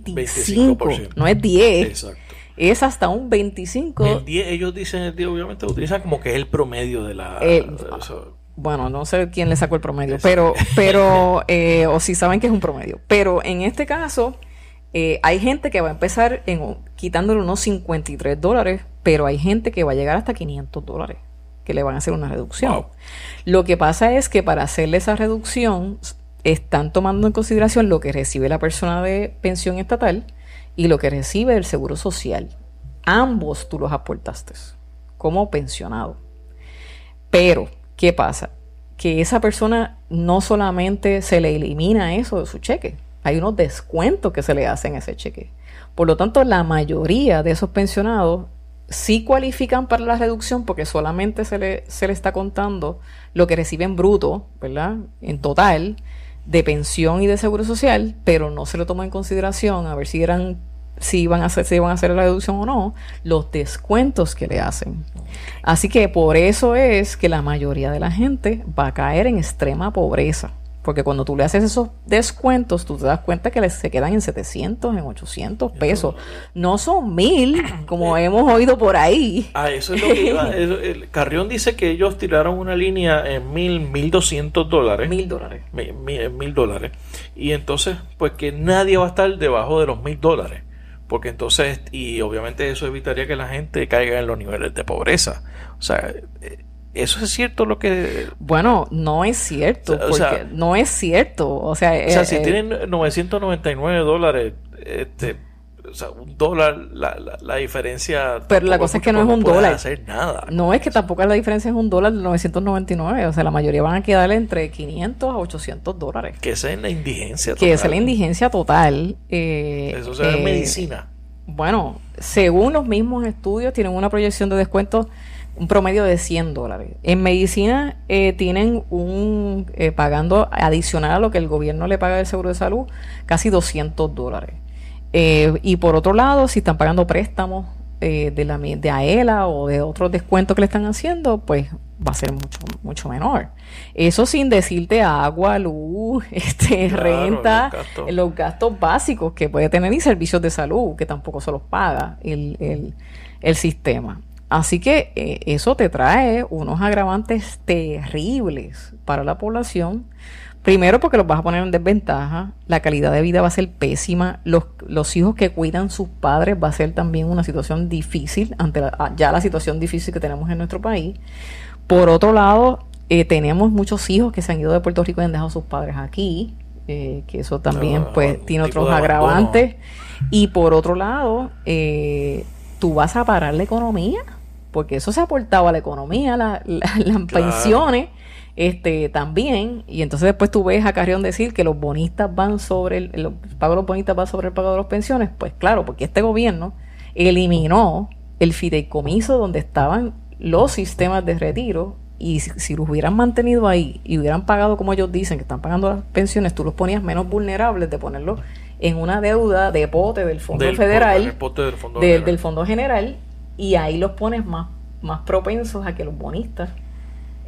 25%. No es 10. Exacto. Es hasta un 25. El 10, ellos dicen el 10, obviamente lo utilizan como que es el promedio de la... Bueno, no sé quién le sacó el promedio, pero o si saben que es un promedio. Pero en este caso, hay gente que va a empezar quitándole unos $53, pero hay gente que va a llegar hasta $500, que le van a hacer una reducción. Wow. Lo que pasa es que para hacerle esa reducción, están tomando en consideración lo que recibe la persona de pensión estatal y lo que recibe del Seguro Social. Ambos tú los aportaste como pensionado. Pero ¿qué pasa? Que esa persona no solamente se le elimina eso de su cheque, hay unos descuentos que se le hacen a ese cheque. Por lo tanto, la mayoría de esos pensionados sí cualifican para la reducción porque solamente se le está contando lo que reciben bruto, ¿verdad? En total, de pensión y de seguro social, pero no se le toma en consideración a ver si iban a hacer la reducción o no, los descuentos que le hacen. Así que por eso es que la mayoría de la gente va a caer en extrema pobreza, porque cuando tú le haces esos descuentos, tú te das cuenta que se quedan en 700, en 800 pesos. No son 1,000, como hemos oído por ahí. Eso es lo que iba. El Carrión dice que ellos tiraron una línea en $1,200. $1,000. $1,000. Y entonces, pues que nadie va a estar debajo de los $1,000. Porque entonces, y obviamente eso evitaría que la gente caiga en los niveles de pobreza. O sea, ¿eso es cierto lo que...? Bueno, no es cierto, no es cierto. O sea, si tienen $999, o sea, $1, la diferencia... Pero la cosa es que no es $1. Hacer nada. No es que tampoco la diferencia es $1 de 999. O sea, la mayoría van a quedar entre $500 a $800. Que esa es la indigencia total. Esa es la indigencia total. Eso se ve en medicina. Bueno, según los mismos estudios, tienen una proyección de descuento, un promedio de $100. En medicina tienen pagando adicional a lo que el gobierno le paga del seguro de salud, casi $200. Y por otro lado, si están pagando préstamos de AELA o de otros descuentos que le están haciendo, pues va a ser mucho menor. Eso sin decirte agua, luz, renta, los gastos básicos que puede tener y servicios de salud, que tampoco se los paga el sistema. Así que eso te trae unos agravantes terribles para la población. Primero porque los vas a poner en desventaja, la calidad de vida va a ser pésima, los hijos que cuidan sus padres va a ser también una situación difícil ante ya la situación difícil que tenemos en nuestro país. Por otro lado, tenemos muchos hijos que se han ido de Puerto Rico y han dejado a sus padres aquí, que eso también pues tiene otros agravantes. Y por otro lado, tú vas a parar la economía, porque eso se aportaba a la economía, las pensiones. También, y entonces después tú ves a Carrión decir que los bonistas van sobre el pago de los bonistas va sobre el pago de las pensiones. Pues claro, porque este gobierno eliminó el fideicomiso donde estaban los sistemas de retiro, y si los hubieran mantenido ahí y hubieran pagado como ellos dicen que están pagando las pensiones, tú los ponías menos vulnerables de ponerlos en una deuda de pote del Fondo Federal, del Fondo General, y ahí los pones más propensos a que los bonistas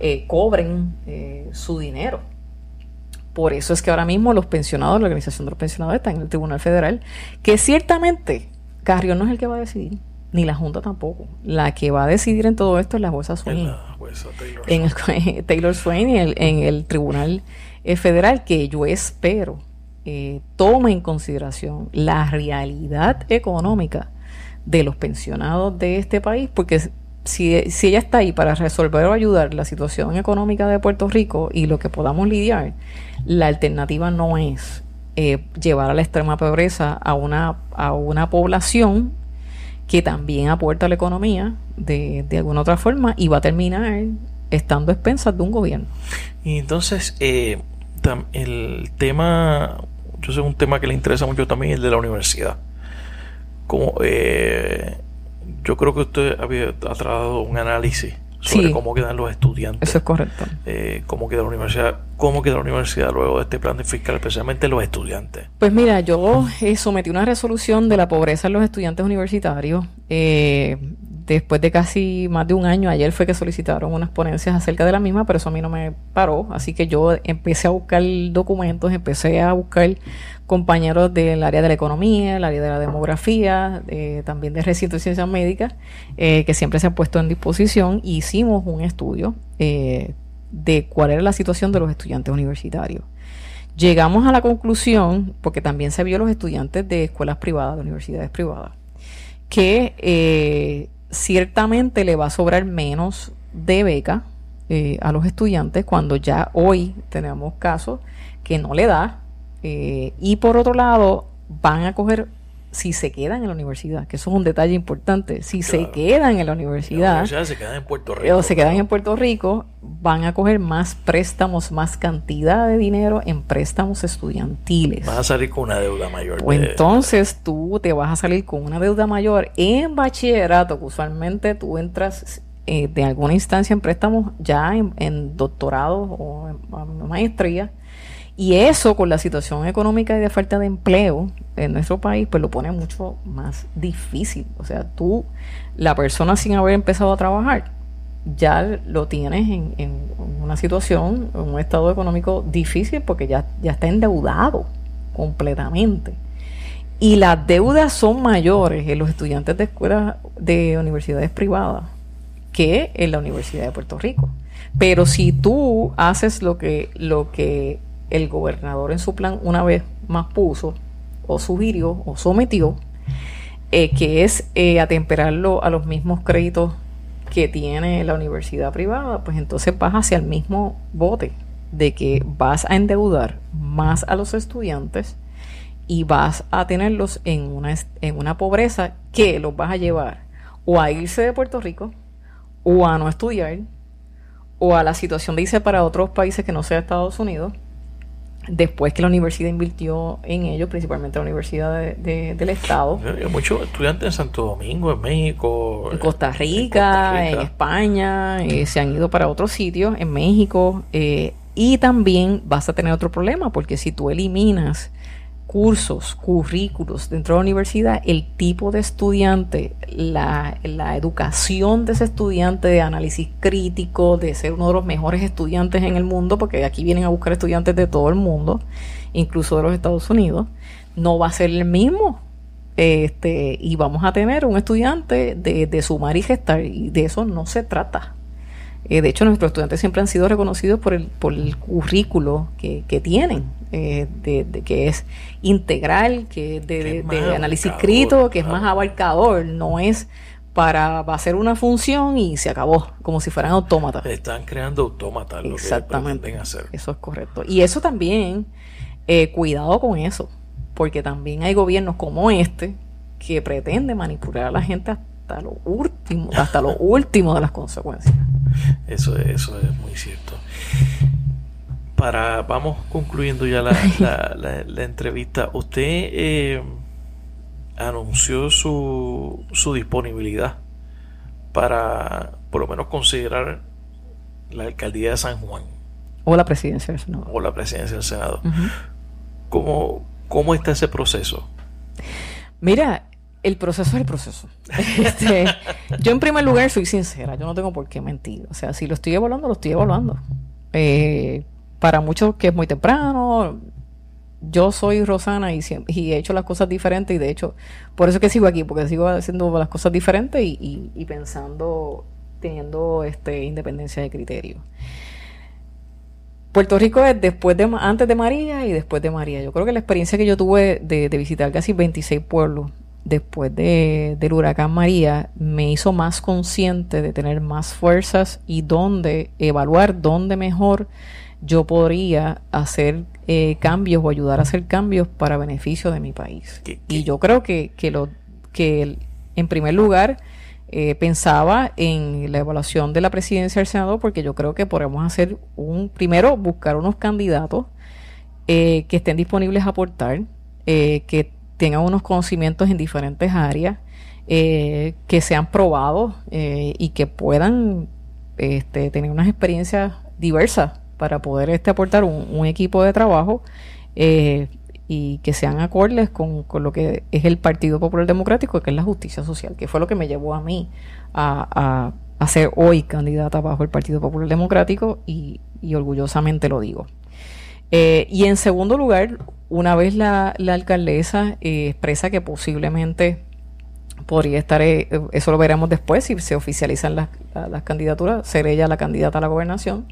cobren su dinero. Por eso es que ahora mismo los pensionados, la Organización de los Pensionados está en el Tribunal Federal, que ciertamente Carrión no es el que va a decidir, ni la Junta tampoco. La que va a decidir en todo esto es la jueza Swain. Taylor Swain en el Tribunal Federal, que yo espero tome en consideración la realidad económica de los pensionados de este país, porque si ella está ahí para resolver o ayudar la situación económica de Puerto Rico y lo que podamos lidiar, la alternativa no es llevar a la extrema pobreza a una población que también aporta a la economía de alguna otra forma y va a terminar estando a expensas de un gobierno. Y entonces el tema, yo sé, un tema que le interesa mucho también, el de la universidad. Como yo creo que usted ha tratado un análisis sobre cómo quedan los estudiantes. Eso es correcto. Cómo queda la universidad luego de este plan fiscal, especialmente los estudiantes. Pues mira, yo sometí una resolución de la pobreza en los estudiantes universitarios después de casi más de un año. Ayer fue que solicitaron unas ponencias acerca de la misma, pero eso a mí no me paró, así que yo empecé a buscar documentos, empecé a buscar compañeros del área de la economía, el área de la demografía, también de recinto de ciencias médicas, que siempre se han puesto en disposición, y hicimos un estudio de cuál era la situación de los estudiantes universitarios. Llegamos a la conclusión, porque también se vio los estudiantes de escuelas privadas, de universidades privadas, que ciertamente le va a sobrar menos de beca a los estudiantes, cuando ya hoy tenemos casos que no le da, y por otro lado van a coger, si se quedan en la universidad, que eso es un detalle importante, si se quedan en la universidad, se quedan en Puerto Rico, o se quedan en Puerto Rico, van a coger más préstamos, más cantidad de dinero en préstamos estudiantiles. Vas a salir con una deuda mayor. Pues entonces tú te vas a salir con una deuda mayor en bachillerato, que usualmente tú entras de alguna instancia en préstamos ya en doctorado o en maestría. Y eso, con la situación económica y de falta de empleo en nuestro país, pues lo pone mucho más difícil. O sea, la persona sin haber empezado a trabajar, ya lo tienes en una situación, en un estado económico difícil, porque ya está endeudado completamente. Y las deudas son mayores en los estudiantes de escuelas de universidades privadas que en la Universidad de Puerto Rico. Pero si tú haces lo que el gobernador en su plan una vez más puso, o sugirió, o sometió, que es atemperarlo a los mismos créditos que tiene la universidad privada, pues entonces vas hacia el mismo bote, de que vas a endeudar más a los estudiantes y vas a tenerlos en una pobreza que los vas a llevar o a irse de Puerto Rico, o a no estudiar, o a la situación de irse para otros países que no sea Estados Unidos, después que la universidad invirtió en ellos, principalmente la Universidad del Estado. Hay muchos estudiantes en Santo Domingo, en México, en Costa Rica, en España, se han ido para otros sitios, en México, y también vas a tener otro problema, porque si tú eliminas currículos dentro de la universidad, el tipo de estudiante, la educación de ese estudiante, de análisis crítico, de ser uno de los mejores estudiantes en el mundo, porque aquí vienen a buscar estudiantes de todo el mundo, incluso de los Estados Unidos, no va a ser el mismo. Y vamos a tener un estudiante de sumar y gestar, y de eso no se trata. De hecho, nuestros estudiantes siempre han sido reconocidos por el currículo que tienen, que es integral, que es de análisis crítico, que es más abarcador, no es va a ser una función y se acabó, como si fueran autómatas. Están creando autómatas. Exactamente. Lo que pretenden hacer. Eso es correcto. Y eso también, cuidado con eso, porque también hay gobiernos como que pretende manipular a la gente hasta lo último de las consecuencias. Eso es muy cierto. Vamos concluyendo ya la entrevista. Usted anunció su disponibilidad para por lo menos considerar la alcaldía de San Juan. O la presidencia del Senado. Uh-huh. ¿Cómo está ese proceso? Mira, El proceso es el proceso. Yo en primer lugar soy sincera, yo no tengo por qué mentir. O sea, si lo estoy evaluando, lo estoy evaluando. Para muchos que es muy temprano, yo soy Rosana y he hecho las cosas diferentes y de hecho, por eso es que sigo aquí, porque sigo haciendo las cosas diferentes y pensando, teniendo independencia de criterio. Puerto Rico es antes de María y después de María. Yo creo que la experiencia que yo tuve de visitar casi 26 pueblos después del huracán María me hizo más consciente de tener más fuerzas y evaluar dónde mejor yo podría hacer cambios o ayudar a hacer cambios para beneficio de mi país. Y yo creo que en primer lugar pensaba en la evaluación de la presidencia del Senado, porque yo creo que podemos hacer primero buscar unos candidatos que estén disponibles a aportar, que tengan unos conocimientos en diferentes áreas, que sean probados y que puedan tener unas experiencias diversas para poder aportar un equipo de trabajo y que sean acordes con lo que es el Partido Popular Democrático, que es la justicia social, que fue lo que me llevó a mí a ser hoy candidata bajo el Partido Popular Democrático y orgullosamente lo digo. Y en segundo lugar, una vez la alcaldesa expresa que posiblemente podría estar, eso lo veremos después, si se oficializan las candidaturas, ser ella la candidata a la gobernación,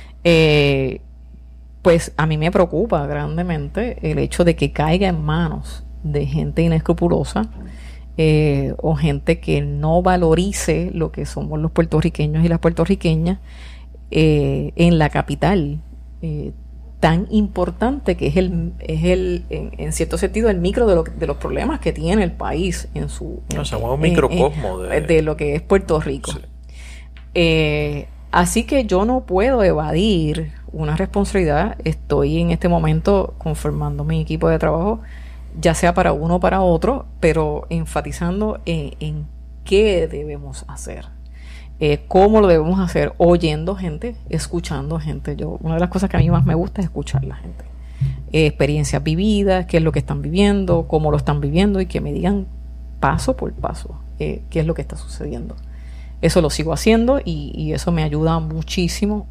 pues a mí me preocupa grandemente el hecho de que caiga en manos de gente inescrupulosa o gente que no valorice lo que somos los puertorriqueños y las puertorriqueñas en la capital tan importante que es en cierto sentido el micro de los problemas que tiene el país en su somos un microcosmo de lo que es Puerto Rico. Sí. Así que yo no puedo evadir una responsabilidad. Estoy en este momento conformando mi equipo de trabajo, ya sea para uno o para otro, pero enfatizando en qué debemos hacer. Cómo lo debemos hacer, oyendo gente, escuchando gente. Una de las cosas que a mí más me gusta es escuchar a la gente. Experiencias vividas, qué es lo que están viviendo, cómo lo están viviendo y que me digan paso por paso qué es lo que está sucediendo. Eso lo sigo haciendo y eso me ayuda muchísimo.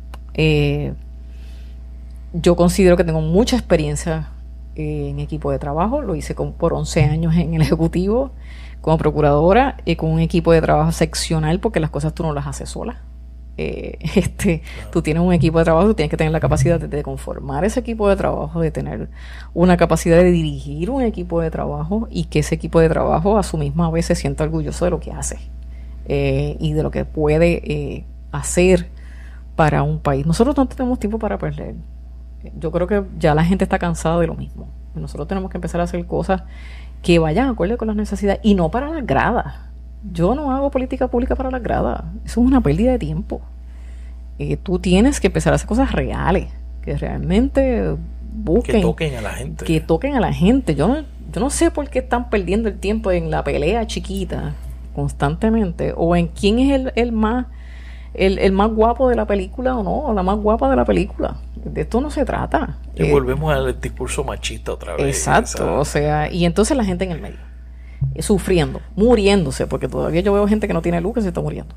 Yo considero que tengo mucha experiencia en equipo de trabajo. Lo hice por 11 años en el Ejecutivo como procuradora, con un equipo de trabajo seccional, porque las cosas tú no las haces sola. Tú tienes un equipo de trabajo, tú tienes que tener la capacidad de conformar ese equipo de trabajo, de tener una capacidad de dirigir un equipo de trabajo y que ese equipo de trabajo a su misma vez se sienta orgulloso de lo que hace y de lo que puede hacer para un país. Nosotros no tenemos tiempo para perder. Yo creo que ya la gente está cansada de lo mismo. Nosotros tenemos que empezar a hacer cosas que vayan acorde con las necesidades y no para las gradas. Yo no hago política pública para las gradas. Eso es una pérdida de tiempo. Tú tienes que empezar a hacer cosas reales, que realmente busquen, que toquen a la gente. Que toquen a la gente. Yo no sé por qué están perdiendo el tiempo en la pelea chiquita constantemente, o en quién es el más guapo de la película o no, o la más guapa de la película. De esto no se trata. Y volvemos al discurso machista otra vez. Exacto, o sea, y entonces la gente en el medio, sufriendo, muriéndose, porque todavía yo veo gente que no tiene luz que se está muriendo.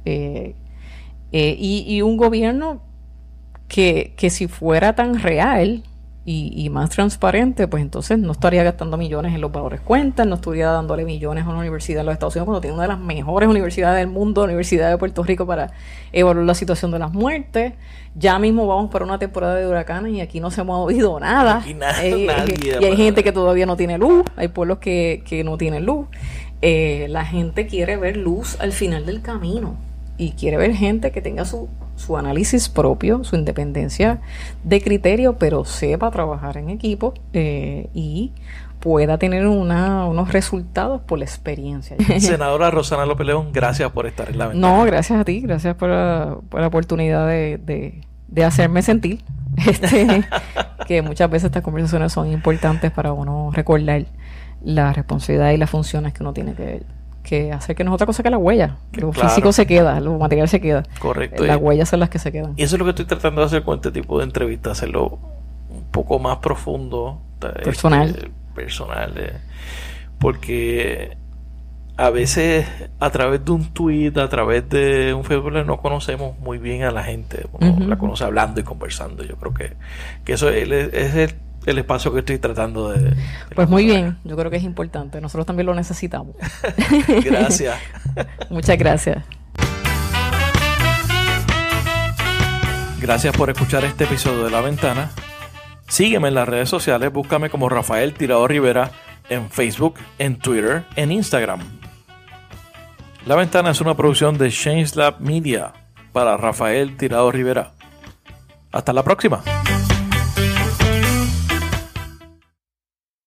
Y un gobierno que si fuera tan real y más transparente, pues entonces no estaría gastando millones en los valores cuentas, no estaría dándole millones a una universidad en los Estados Unidos cuando tiene una de las mejores universidades del mundo, la Universidad de Puerto Rico, para evaluar la situación de las muertes. Ya mismo vamos para una temporada de huracanes y aquí no se ha movido nada. Aquí nadie, y hay gente que todavía no tiene luz, hay pueblos que no tienen luz. La gente quiere ver luz al final del camino y quiere ver gente que tenga su análisis propio, su independencia de criterio, pero sepa trabajar en equipo y pueda tener unos resultados por la experiencia. Senadora Rosana López León, gracias por estar en la ventana. No, gracias a ti, gracias por la oportunidad de hacerme sentir que muchas veces estas conversaciones son importantes para uno recordar la responsabilidad y las funciones que uno tiene que hacer, que no es otra cosa que la huella. Lo físico se queda, lo material se queda. Correcto. Las huellas son las que se quedan. Y eso es lo que estoy tratando de hacer con este tipo de entrevistas, hacerlo un poco más profundo, personal, porque a veces a través de un tweet, a través de un Facebook, no conocemos muy bien a la gente. Uno la conoce hablando y conversando. Yo creo que eso es el espacio que estoy tratando de pues muy bien, yo creo que es importante. Nosotros también lo necesitamos. Gracias. Muchas gracias. Gracias por escuchar este episodio de La Ventana. Sígueme en las redes sociales, búscame como Rafael Tirado Rivera en Facebook, en Twitter, en Instagram. La Ventana es una producción de Change Lab Media para Rafael Tirado Rivera. Hasta la próxima.